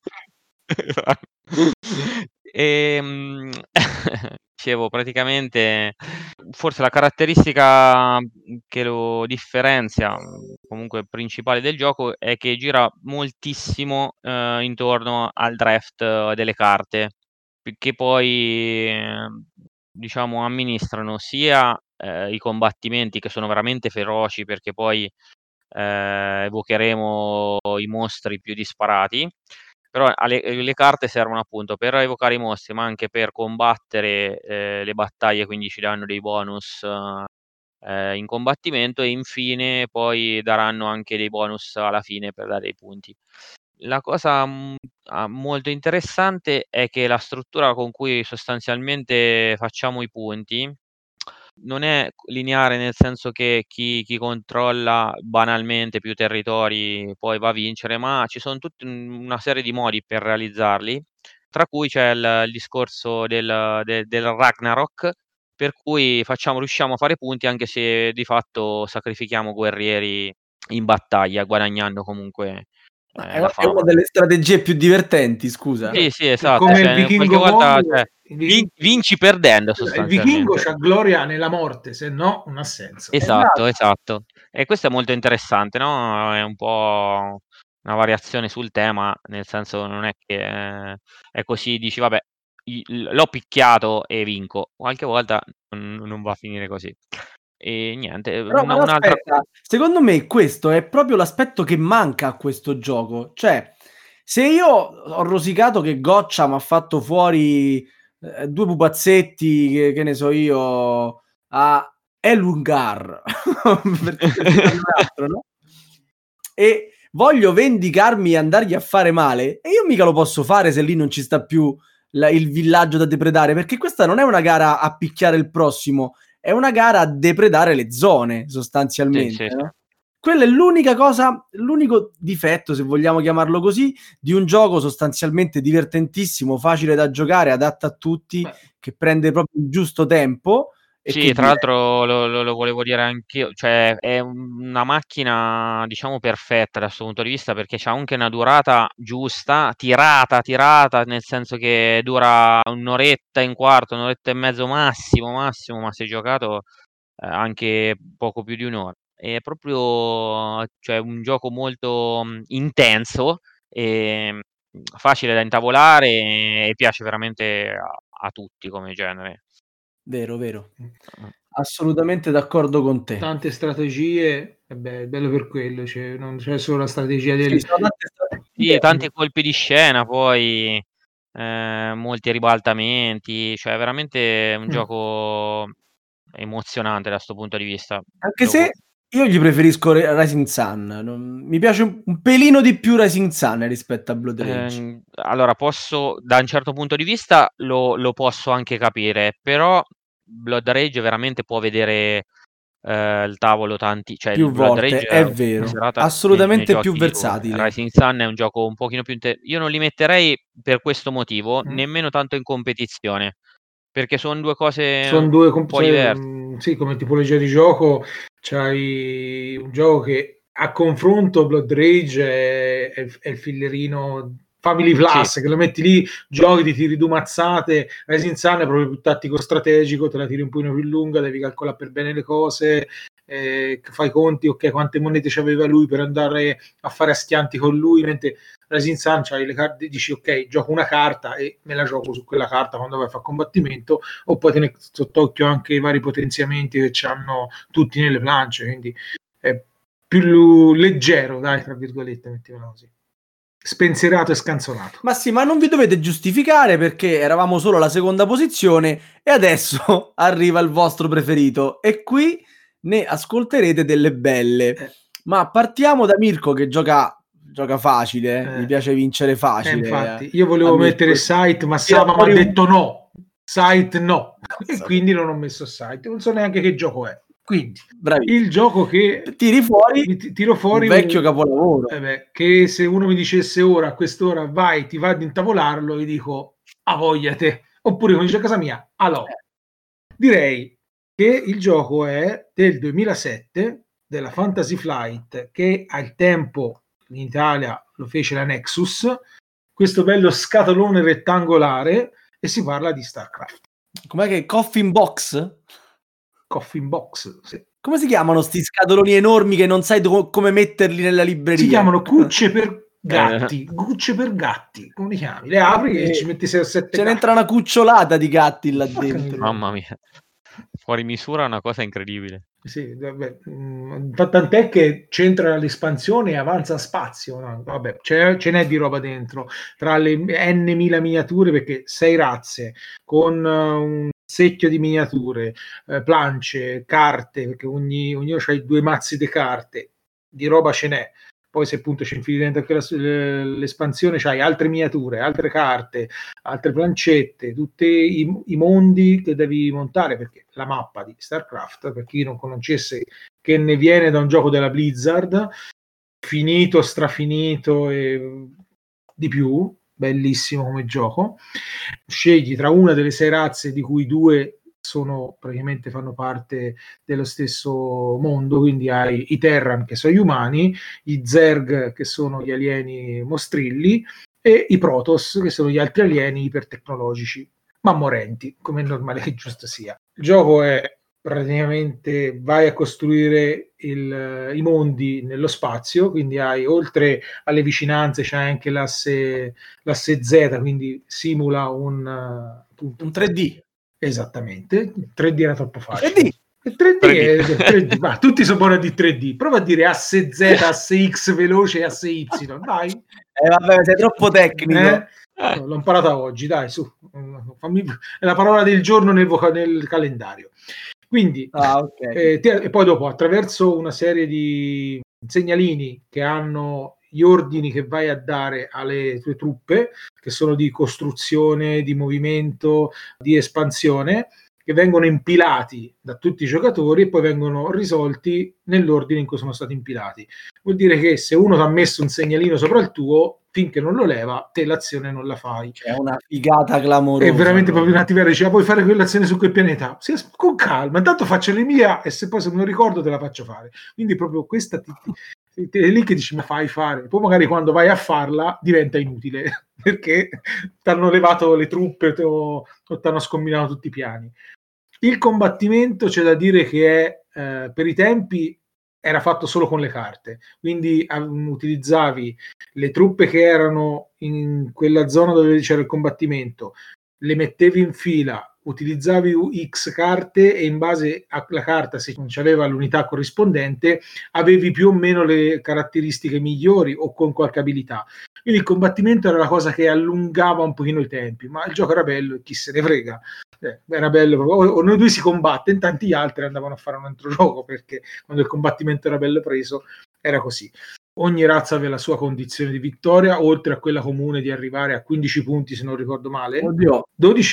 Dicevo, praticamente forse la caratteristica che lo differenzia, comunque principale del gioco, è che gira moltissimo intorno al draft delle carte, che poi diciamo amministrano sia i combattimenti, che sono veramente feroci, perché poi evocheremo i mostri più disparati, però le carte servono appunto per evocare i mostri, ma anche per combattere le battaglie, quindi ci danno dei bonus in combattimento, e infine poi daranno anche dei bonus alla fine per dare dei punti. La cosa molto interessante è che la struttura con cui sostanzialmente facciamo i punti non è lineare, nel senso che chi controlla banalmente più territori poi va a vincere, ma ci son una serie di modi per realizzarli, tra cui c'è il discorso del Ragnarok, per cui riusciamo a fare punti anche se di fatto sacrifichiamo guerrieri in battaglia, guadagnando comunque Ma la è una fama. delle strategie più divertenti, scusa. Sì, esatto, Come il cioè qualche vichingo volta, buono, cioè, il vichingo, vinci perdendo il vichingo sostanzialmente. c'ha gloria nella morte, se no non ha senso. Esatto, Esatto. esatto. E questo è molto interessante, no, è un po' una variazione sul tema, nel senso non è che è così, dici: "Vabbè, l'ho picchiato e vinco." Qualche volta non va a finire così. E niente, Però un'altra aspetta, secondo me questo è proprio l'aspetto che manca a questo gioco. Cioè, se io ho rosicato che Goccia m'ha fatto fuori 2 pupazzetti, che ne so io, a Elungar, per citarne un altro, no, e voglio vendicarmi e andargli a fare male, e io mica lo posso fare se lì non ci sta più il villaggio da depredare, perché questa non è una gara a picchiare il prossimo, è una gara a depredare le zone sì, sostanzialmente, sì, sì. no? Quella è l'unica cosa, l'unico difetto, se vogliamo chiamarlo così, di un gioco sostanzialmente divertentissimo, facile da giocare, adatto a tutti, Beh, che prende proprio il giusto tempo e Sì, che tra diverte. l'altro lo volevo dire anch'io, cioè è una macchina diciamo perfetta da 'sto punto di vista, perché c'ha anche una durata giusta, tirata, nel senso che dura 1 oretta e un quarto, 1 oretta e mezzo massimo, ma se giocato anche poco più di 1 ora. È proprio, cioè, un gioco molto intenso, ehm, facile da intavolare, e piace veramente a tutti come genere. Vero, vero. Mh. Assolutamente d'accordo con te. tante strategie, e beh, è bello per quello, cioè, non c'è solo la strategia Sì, del... sono tante Sì, tanti strategie. colpi di scena poi, molti ribaltamenti, cioè veramente un Mm. gioco emozionante da 'sto punto di vista. Anche Lo co se io gli preferisco Rising Sun, mi piace un pelino di più Rising Sun rispetto a Blood Rage. Allora, posso, da un certo punto di vista lo posso anche capire, però Blood Rage veramente può vedere il tavolo tanti, cioè Più il Blood volte, Rage è una vero, serata ne assolutamente più giochi 2. versatile. Rising Sun è un gioco un pochino più io non li metterei per questo motivo, Mm. nemmeno tanto in competizione, perché son 2 cose Sono due, un po' cioè, diverse. sì, come tipologia di gioco, c'hai un gioco che a confronto Blood Rage è il fillerino Family Sì, Plus, che lo metti lì, giochi, ti tiri 2 mazzate. Rising Sun è proprio più tattico strategico, te la tiri un pochino più lunga, devi calcolare per bene le cose, fai conti, ok, quante monete c'aveva lui per andare a fare astianti con lui, mentre Rising Sun c'hai le carte, dici ok, gioco una carta e me la gioco su quella carta quando vai a fare combattimento, o poi tenere sott'occhio anche i vari potenziamenti che c'hanno tutti nelle planche, quindi è più leggero, dai, tra virgolette, mettiamola così. Spensierato e scanzonato. Ma sì, ma non vi dovete giustificare, perché eravamo solo alla seconda posizione e adesso arriva il vostro preferito e qui ne ascolterete delle belle. Ma partiamo da Mirko che gioca facile, gli piace vincere facile. Infatti, io volevo mettere Scythe, ma Sava mi ha detto no. Scythe no. E quindi non ho messo Scythe. Non so neanche che gioco è. Quindi, il gioco che tiro fuori un vecchio capolavoro. Che se uno mi dicesse ora, a quest'ora, vai, ti va ad intavolarlo, gli dico, a voglia te. Oppure quando dice a casa mia, allora. Direi che il gioco è del 2007, della Fantasy Flight, che al tempo in Italia lo fece la Nexus, questo bello scatolone rettangolare, e si parla di StarCraft. Com'è che Coffin Box? Coffin Box, sì. Come si chiamano sti scatoloni enormi che non sai come metterli nella libreria? Si chiamano cucce per gatti, cucce per gatti, come li chiami? Le apri e ci metti 6 o 7 ce n'entra una cucciolata di gatti là dentro. Mamma mia, fuori misura è una cosa incredibile. Sì, vabbè, tant'è che c'entra l'espansione e avanza spazio, no? Vabbè, ce n'è di roba dentro, tra le n mila miniature, perché 6 razze con un secchio di miniature, planche, carte, perché ognuno c'ha i 2 mazzi di carte, di roba ce n'è. Poi se appunto ci infili dentro anche l'espansione, c'hai altre miniature, altre carte, altre plancette, tutti i mondi che devi montare, perché la mappa di StarCraft, per chi non conoscesse, che ne viene da un gioco della Blizzard, finito, strafinito e di più, bellissimo come gioco. Scegli tra una delle 6 razze, di cui 2 praticamente fanno parte dello stesso mondo, quindi hai i Terran che sono gli umani, i Zerg che sono gli alieni mostrilli e i Protoss che sono gli altri alieni ipertecnologici ma morenti, come è normale che giusto sia. Il gioco è praticamente vai a costruire i mondi nello spazio, quindi hai, oltre alle vicinanze, c'è anche l'asse Z, quindi simula un 3D. Esattamente, 3D era troppo facile. 3D. 3D. Va, tutti sono buoni di 3D. Prova a dire asse Z, asse X veloce e asse Y, dai. Vabbè, sei troppo tecnico. L'ho imparata oggi, dai, su. È la parola del giorno nel calendario. Quindi, okay. E poi dopo, attraverso una serie di segnalini che hanno gli ordini che vai a dare alle tue truppe, che sono di costruzione, di movimento, di espansione, che vengono impilati da tutti i giocatori e poi vengono risolti nell'ordine in cui sono stati impilati. Vuol dire che se uno ti ha messo un segnalino sopra il tuo, finché non lo leva, te l'azione non la fai. È una figata clamorosa. È veramente proprio una attività, dice, puoi fare quell'azione su quel pianeta? Sì, con calma, intanto faccio le mie e se poi non ricordo te la faccio fare. Quindi proprio questa è lì che dici, ma fai fare. Poi magari quando vai a farla diventa inutile, perché ti hanno levato le truppe o ti hanno scombinato tutti i piani. Il combattimento c'è da dire che per i tempi era fatto solo con le carte, quindi utilizzavi le truppe che erano in quella zona dove c'era il combattimento, le mettevi in fila, utilizzavi X carte e in base alla carta, se non c'aveva l'unità corrispondente, avevi più o meno le caratteristiche migliori o con qualche abilità. Quindi il combattimento era la cosa che allungava un pochino i tempi, ma il gioco era bello e chi se ne frega. Era bello, o noi due si combatte, in tanti gli altri andavano a fare un altro gioco, perché quando il combattimento era bello preso era così. Ogni razza aveva la sua condizione di vittoria, oltre a quella comune di arrivare a 15 punti, se non ricordo male. Oddio,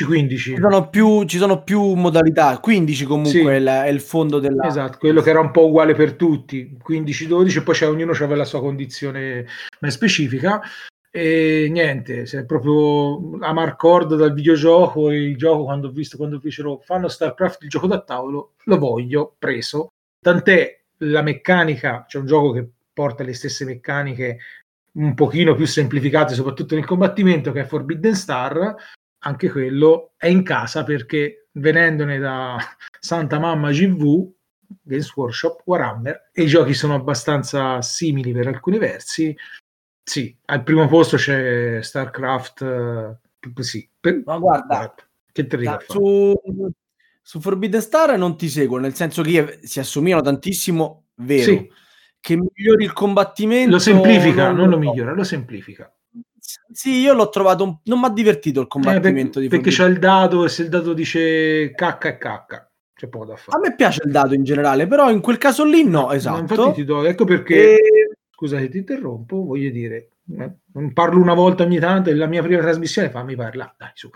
12-15. Ci sono più modalità, 15 comunque sì. È il fondo della... Esatto, quello che era un po' uguale per tutti, 15-12, e poi ognuno aveva la sua condizione specifica. E niente, se è proprio a Marcord dal videogioco, il gioco quando fecero fanno StarCraft il gioco da tavolo, lo voglio, preso. Tant'è la meccanica, c'è un gioco che porta le stesse meccaniche un pochino più semplificate, soprattutto nel combattimento, che è Forbidden Star. Anche quello è in casa, perché venendone da Santa Mamma GV Games Workshop, Warhammer, e i giochi sono abbastanza simili per alcuni versi. Sì, al primo posto c'è StarCraft, sì. Ma guarda, che te dica su Forbidden Star non ti seguo, nel senso che si assomigliano tantissimo, vero. Sì. Che migliori il combattimento... Lo semplifica, non lo migliora, lo semplifica. Sì, io l'ho trovato... Non mi ha divertito il combattimento di perché c'è il dado, e se il dado dice cacca è cacca, c'è poco da fare. A me piace il dado in generale, però in quel caso lì no, esatto. Infatti ti do, ecco perché... Scusa che ti interrompo, voglio dire, parlo una volta ogni tanto, e la mia prima trasmissione fammi parlare, dai su.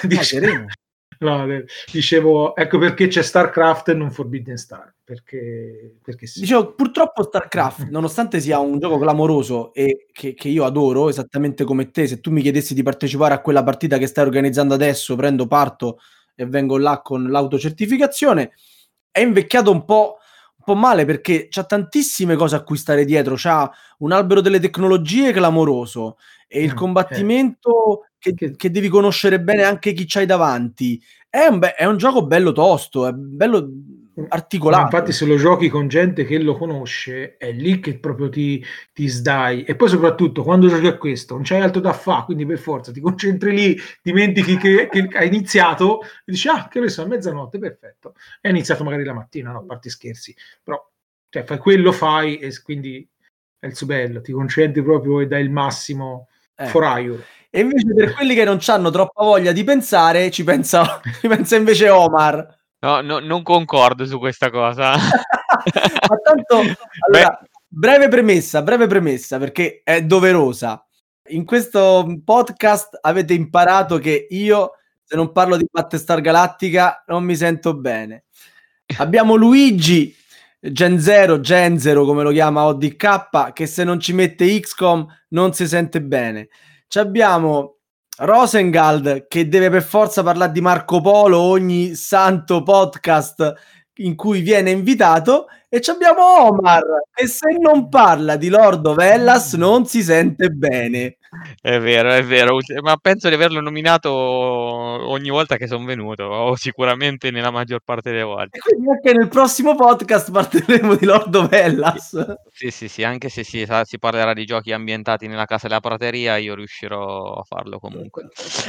Dicevo, ecco perché c'è StarCraft e non Forbidden Star, perché sì. Dicevo, purtroppo StarCraft, nonostante sia un gioco clamoroso e che io adoro, esattamente come te, se tu mi chiedessi di partecipare a quella partita che stai organizzando adesso, parto e vengo là con l'autocertificazione, è invecchiato un po' male, perché c'ha tantissime cose a cui stare dietro, c'ha un albero delle tecnologie clamoroso, e il combattimento che devi conoscere bene anche chi c'hai davanti. È un gioco bello tosto, è bello articolato. Ma infatti se lo giochi con gente che lo conosce, è lì che proprio ti sdai. E poi soprattutto quando giochi a questo non c'hai altro da fare, quindi per forza ti concentri lì, dimentichi che hai iniziato e dici che ore sono? Mezzanotte, perfetto. È iniziato magari la mattina, no, a parte scherzi, però cioè, fai quello, fai, e quindi è il suo bello, ti concentri proprio e dai il massimo for Aiur. E invece per quelli che non hanno troppa voglia di pensare, ci pensa invece Omar. No, non concordo su questa cosa. Ma tanto, allora, breve premessa, perché è doverosa. In questo podcast avete imparato che io, se non parlo di Battlestar Galactica, non mi sento bene. Abbiamo Luigi, Gen Zero, come lo chiama ODK, che se non ci mette XCOM non si sente bene. Ci abbiamo Rosengald, che deve per forza parlare di Marco Polo ogni santo podcast in cui viene invitato, e ci abbiamo Omar, che se non parla di Lord of Hellas non si sente bene. È vero, ma penso di averlo nominato ogni volta che sono venuto, o sicuramente nella maggior parte delle volte. E quindi anche nel prossimo podcast parleremo di Lord of Hellas. Sì, anche se si parlerà di giochi ambientati nella casa della prateria, io riuscirò a farlo comunque.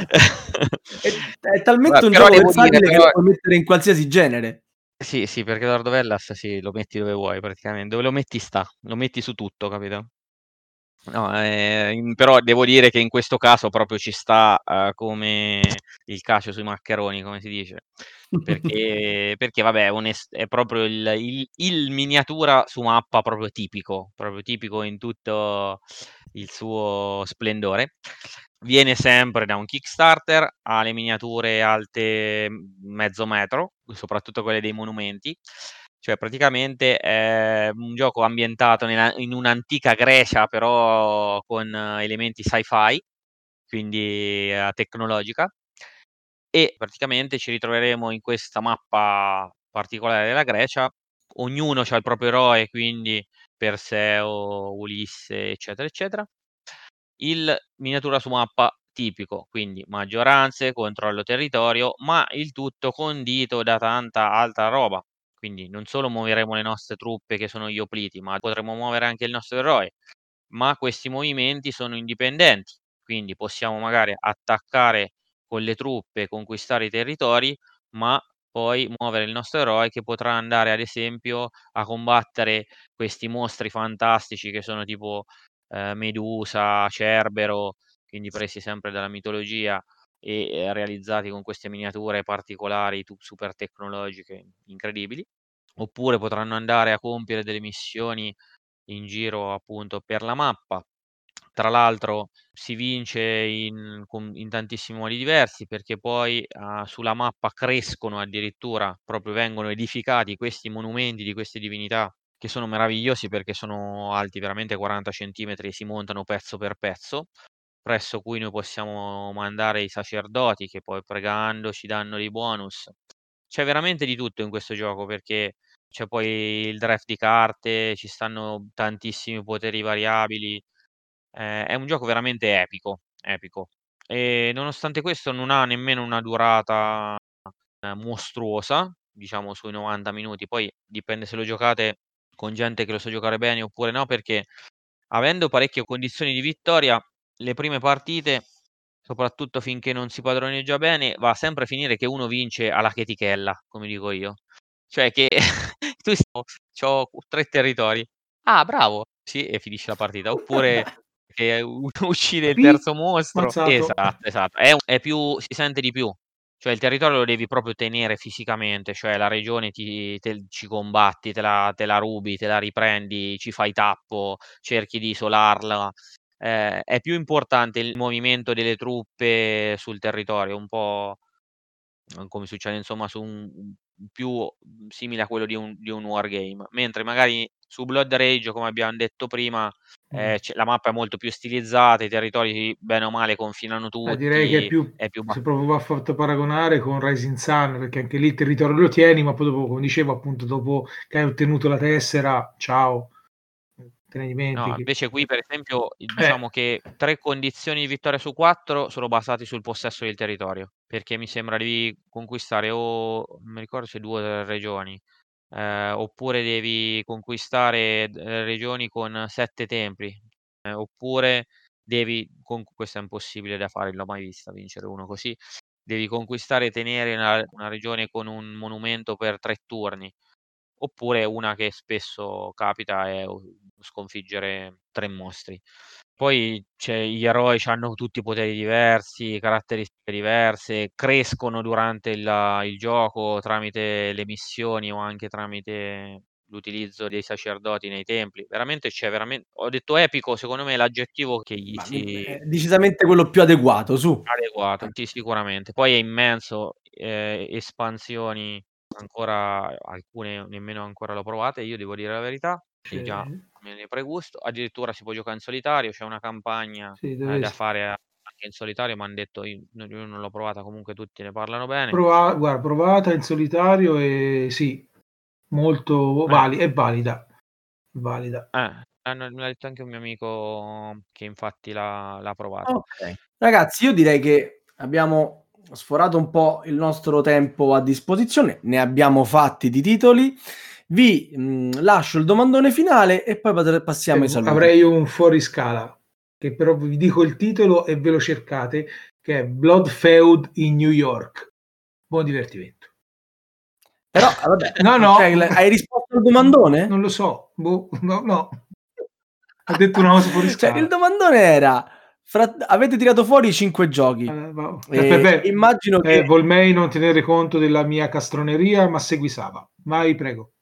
È talmente un gioco versatile che lo puoi mettere in qualsiasi genere. Sì, perché Lord of Hellas lo metti dove vuoi praticamente, dove lo metti lo metti su tutto, capito? No, però devo dire che in questo caso proprio ci sta come il cacio sui maccheroni, come si dice, perché vabbè, è proprio il miniatura su mappa proprio tipico in tutto il suo splendore. Viene sempre da un Kickstarter, ha le miniature alte mezzo metro, soprattutto quelle dei monumenti. Cioè praticamente è un gioco ambientato in un'antica Grecia, però con elementi sci-fi, quindi tecnologica, e praticamente ci ritroveremo in questa mappa particolare della Grecia. Ognuno c'ha il proprio eroe, quindi Perseo, Ulisse, eccetera, eccetera. Il miniatura su mappa tipico, quindi maggioranze, controllo territorio, ma il tutto condito da tanta altra roba. Quindi non solo muoveremo le nostre truppe, che sono gli opliti, ma potremo muovere anche il nostro eroe. Ma questi movimenti sono indipendenti, quindi possiamo magari attaccare con le truppe, conquistare i territori, ma poi muovere il nostro eroe, che potrà andare ad esempio a combattere questi mostri fantastici che sono tipo Medusa, Cerbero, quindi presi sempre dalla mitologia e realizzati con queste miniature particolari, super tecnologiche, incredibili. Oppure potranno andare a compiere delle missioni in giro appunto per la mappa. Tra l'altro si vince in tantissimi modi diversi, perché poi sulla mappa crescono, addirittura proprio vengono edificati questi monumenti di queste divinità, che sono meravigliosi perché sono alti veramente 40 centimetri e si montano pezzo per pezzo, presso cui noi possiamo mandare i sacerdoti, che poi pregando ci danno dei bonus. C'è veramente di tutto in questo gioco, perché c'è poi il draft di carte, ci stanno tantissimi poteri variabili. È un gioco veramente epico. E nonostante questo non ha nemmeno una durata mostruosa, diciamo sui 90 minuti, poi dipende se lo giocate con gente che lo sa giocare bene oppure no, perché avendo parecchie condizioni di vittoria, le prime partite, soprattutto finché non si padroneggia bene, va sempre a finire che uno vince alla chetichella, come dico io. Cioè che tu c'ho 3 territori. Ah, bravo! Sì, e finisce la partita. Oppure che uccide il terzo mostro. Mazzato. Esatto. È più si sente di più. Cioè il territorio lo devi proprio tenere fisicamente, cioè la regione ci combatti, te la rubi, te la riprendi, ci fai tappo, cerchi di isolarla. È più importante il movimento delle truppe sul territorio, un po' come succede insomma su un più simile a quello di un wargame. Mentre magari su Blood Rage, come abbiam detto prima, la mappa è molto più stilizzata, i territori bene o male confinano Direi che è più se proprio va fatto paragonare con Rising Sun, perché anche lì il territorio lo tieni, ma poi dopo, come dicevo, appunto, dopo che hai ottenuto la tessera, ciao, te ne No, dimentichi. invece qui per esempio, diciamo che 3 condizioni di vittoria su 4 sono basati sul possesso del territorio, perché mi sembra devi conquistare o non mi ricordo se 2 o 3 regioni, oppure devi conquistare regioni con 7 templi, oppure devi questa è impossibile da fare, non l'ho mai vista vincere uno così, devi conquistare e tenere una regione con un monumento per 3 turni. Oppure una che spesso capita è sconfiggere 3 mostri. Poi gli eroi c'hanno tutti poteri diversi, caratteristiche diverse, crescono durante il gioco tramite le missioni o anche tramite l'utilizzo dei sacerdoti nei templi. Veramente ho detto epico, secondo me è l'aggettivo che gli Ma si è decisamente quello più adeguato, su. adeguato, sì sicuramente. Poi è immenso, espansioni ancora alcune nemmeno ancora le ho provate, io devo dire la verità, e già me ne pregusto. Addirittura si può giocare in solitario, c'è una campagna, Sì, da fare anche in solitario, m'han detto io non l'ho provata, comunque tutti ne parlano bene. Guarda, provata in solitario e sì, molto Eh, è valida, valida. me l'ha detto anche un mio amico che infatti l'ha provata. Okay. Ragazzi, io direi che abbiamo sforato un po' il nostro tempo a disposizione, ne abbiamo fatti di titoli. Vi, lascio il domandone finale e poi passiamo ai saluti. Avrei un fuoriscala, che però vi dico il titolo e ve lo cercate, che è Blood Feud in New York. Buon divertimento. Però, vabbè, No. cioè, hai risposto al domandone? Non lo so. Boh, no. Ho detto una cosa fuori Cioè, il scala. domandone era: avete tirato fuori 5 giochi. Immagino che Volmei non tenere conto della mia castroneria, ma segui Sava. Vai, prego.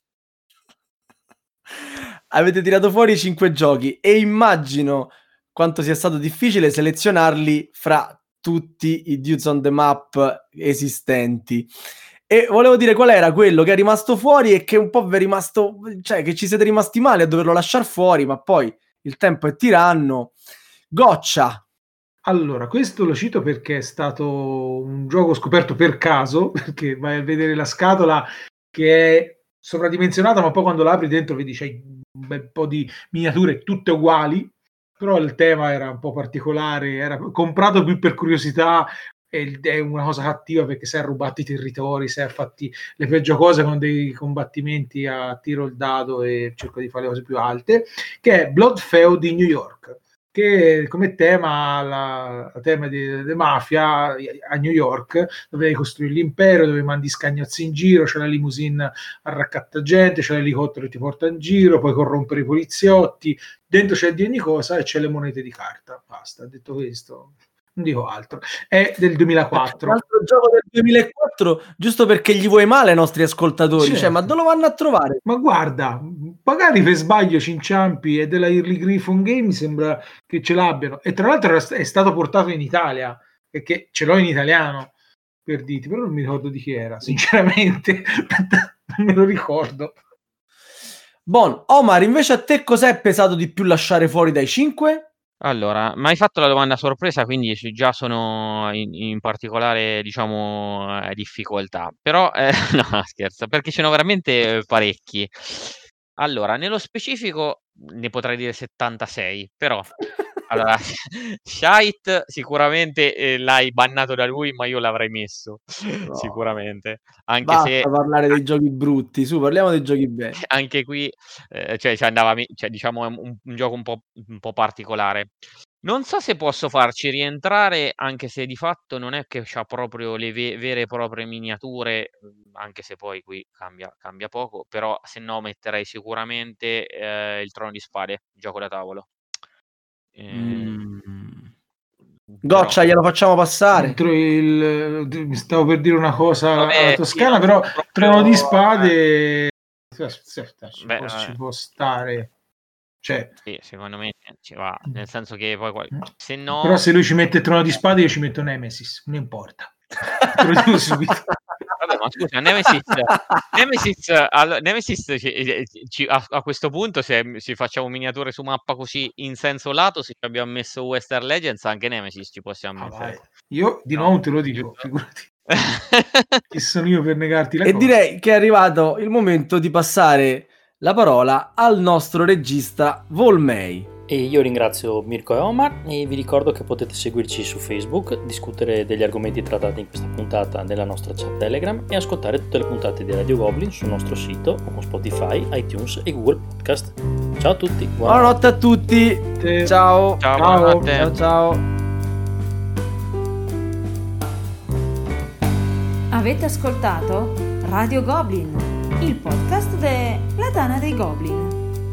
avete tirato fuori 5 giochi e immagino quanto sia stato difficile selezionarli fra tutti i Dudes on the Map esistenti. E volevo dire qual era quello che è rimasto fuori e che un po' vi è rimasto, cioè che ci siete rimasti male a doverlo lasciare fuori, ma poi il tempo è tiranno. Goccia. Allora, questo lo cito perché è stato un gioco scoperto per caso, perché vai a vedere la scatola che è sovradimensionata, ma poi quando l'apri dentro vedi c'hai un bel po' di miniature tutte uguali, però il tema era un po' particolare, era comprato più per curiosità ed è una cosa cattiva perché sei a rubare i territori, sei a fatti le peggio cose con dei combattimenti a tiro il dado e cerco di fare le cose più alte, che è Blood Feud di New York, che come tema tema di mafia a New York, dove devi costruire l'impero, dove mandi scagnozzi in giro, c'è la limousine a raccatta gente, c'è l'elicottero che ti porta in giro, puoi corrompere i poliziotti, dentro c'è di ogni cosa e c'è le monete di carta. Basta, detto questo, non dico altro. È del 2004. Un altro gioco del 2004, giusto perché gli vuoi male ai nostri ascoltatori, Certo. cioè, ma dove lo vanno a trovare? Ma guarda, magari per sbaglio ci inciampi e della Early Griffon Game sembra che ce l'abbiano. E tra l'altro è stato portato in Italia, perché ce l'ho in italiano, per dirti, però non mi ricordo di chi era, sinceramente. Non me lo ricordo. Bon, Omar, invece a te cos'è pesato di più lasciare fuori dai 5? Allora, m'hai fatto la domanda a sorpresa, quindi già sono in particolare, diciamo, difficoltà. Però, no scherzo, perché ce n'ho veramente parecchi. Allora, nello specifico ne potrei dire 76, però Allora, Shite sicuramente l'hai bannato da lui, ma io l'avrei messo No. sicuramente. Anche Basta se parlare dei giochi brutti, su, parliamo dei giochi belli. anche qui cioè, ci andava, cioè, diciamo, è un gioco un po' particolare. Non so se posso farci rientrare, anche se di fatto non è che c'ha proprio le vere e proprie miniature, anche se poi qui cambia poco, però se no metterei sicuramente il Trono di Spade, gioco da tavolo. Goccia, Però glielo facciamo passare. Mi stavo per dire una cosa vabbè, alla sì, Toscana, non però proprio Trono di Spade beh, ci può stare. Cioè, sì, secondo me ci va, nel senso che poi se no però se lui ci mette il Trono di Spade, io ci metto Nemesis, non importa. Te lo dico subito. vabbè, ma scusa, Nemesis a questo punto, se facciamo miniature su mappa così in senso lato, se ci abbiamo messo Western Legends, anche Nemesis ci possiamo mettere. Io di No, nuovo te lo dico, giusto? figurati. Chi sono io per negarti la E cosa? direi che è arrivato il momento di passare la parola al nostro regista Volmei. E io ringrazio Mirko e Omar e vi ricordo che potete seguirci su Facebook, discutere degli argomenti trattati in questa puntata nella nostra chat Telegram e ascoltare tutte le puntate di Radio Goblin sul nostro sito o con Spotify, iTunes e Google Podcast. Ciao a tutti, Buonanotte a tutti. Ciao. Ciao, buonanotte. Ciao. Avete ascoltato Radio Goblin, il podcast della Dana dei Goblin.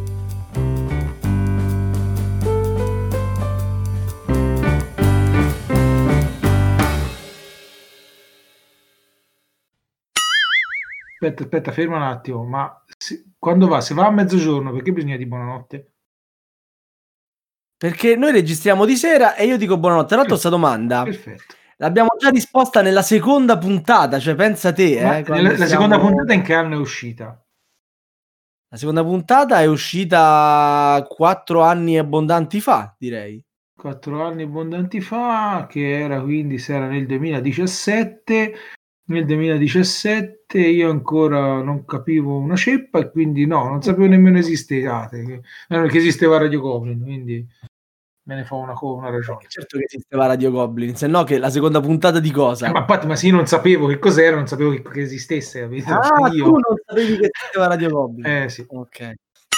Aspetta, ferma un attimo, ma quando va? Se va a mezzogiorno, perché bisogna dire buonanotte? Perché noi registriamo di sera e io dico buonanotte. Tra l'altro, questa domanda Perfetto. l'abbiamo già risposta nella seconda puntata, cioè pensa te. La seconda puntata in che anno è uscita? La seconda puntata è uscita 4 anni abbondanti fa, direi. 4 anni abbondanti fa, che era quindi, se era nel 2017. Nel 2017 io ancora non capivo una ceppa e quindi non sapevo nemmeno esistevate, che esisteva Radio Goblin, quindi me ne fa una ragione. Certo che esisteva Radio Goblin, se no che la seconda puntata di cosa? Ma se io non sapevo che cos'era, non sapevo che esistesse, capito? Io tu non sapevi che esisteva Radio Goblin. Sì. Ok.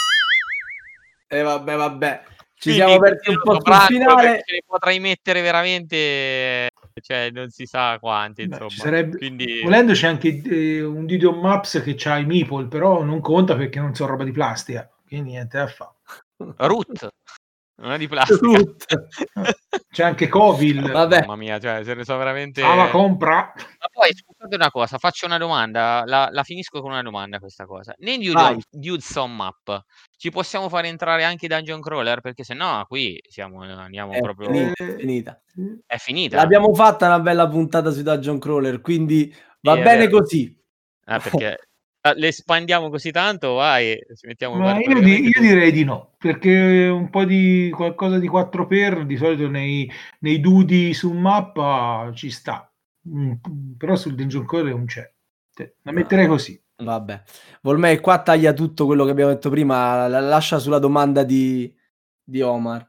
E vabbè. Ci siamo persi un po' sul finale. Ce ne potrai mettere veramente, cioè non si sa quanti, insomma. Ci sarebbe, quindi volendo c'è anche un Didion Maps che c'ha i meeple, però non conta perché non so roba di plastica, quindi niente da fare. Root non è di plastica. C'è anche Covil. Vabbè. Mamma mia, cioè se ne so veramente. La compra. Ma poi scusate una cosa, faccio una domanda, la finisco con una domanda questa cosa. Nei Dudes on Map ci possiamo fare entrare anche i Dungeon Crawler? Perché se no qui andiamo proprio. Finita. È finita. L'abbiamo fatta una bella puntata sui Dungeon Crawler, quindi va bene così. Perché le espandiamo così tanto, vai, ci mettiamo. Ma io direi di no, perché un po' di qualcosa di 4x di solito nei dudi su mappa ci sta, però sul Dungeon Crawler non c'è. La metterei così. Vabbè, Volmei qua taglia tutto quello che abbiamo detto prima, lascia sulla domanda di Omar.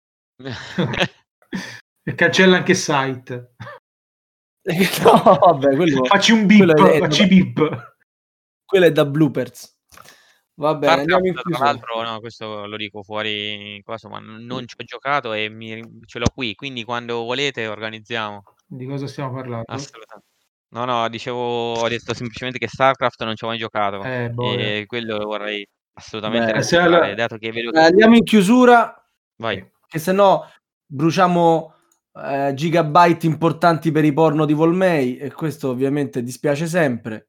E cancella anche site. No, vabbè, quello facci un beep, facci beep. Quello è da bloopers. Va bene, andiamo in chiusura. Tra l'altro, no, questo lo dico fuori cosa, ma non ci ho giocato e ce l'ho qui, quindi quando volete organizziamo. Di cosa stiamo parlando? Assolutamente. No, ho detto semplicemente che StarCraft non ci ho mai giocato e quello lo vorrei assolutamente recuperare, dato che vedo che. Andiamo in chiusura. Vai. Che se no bruciamo gigabyte importanti per i porno di Volmei e questo ovviamente dispiace sempre.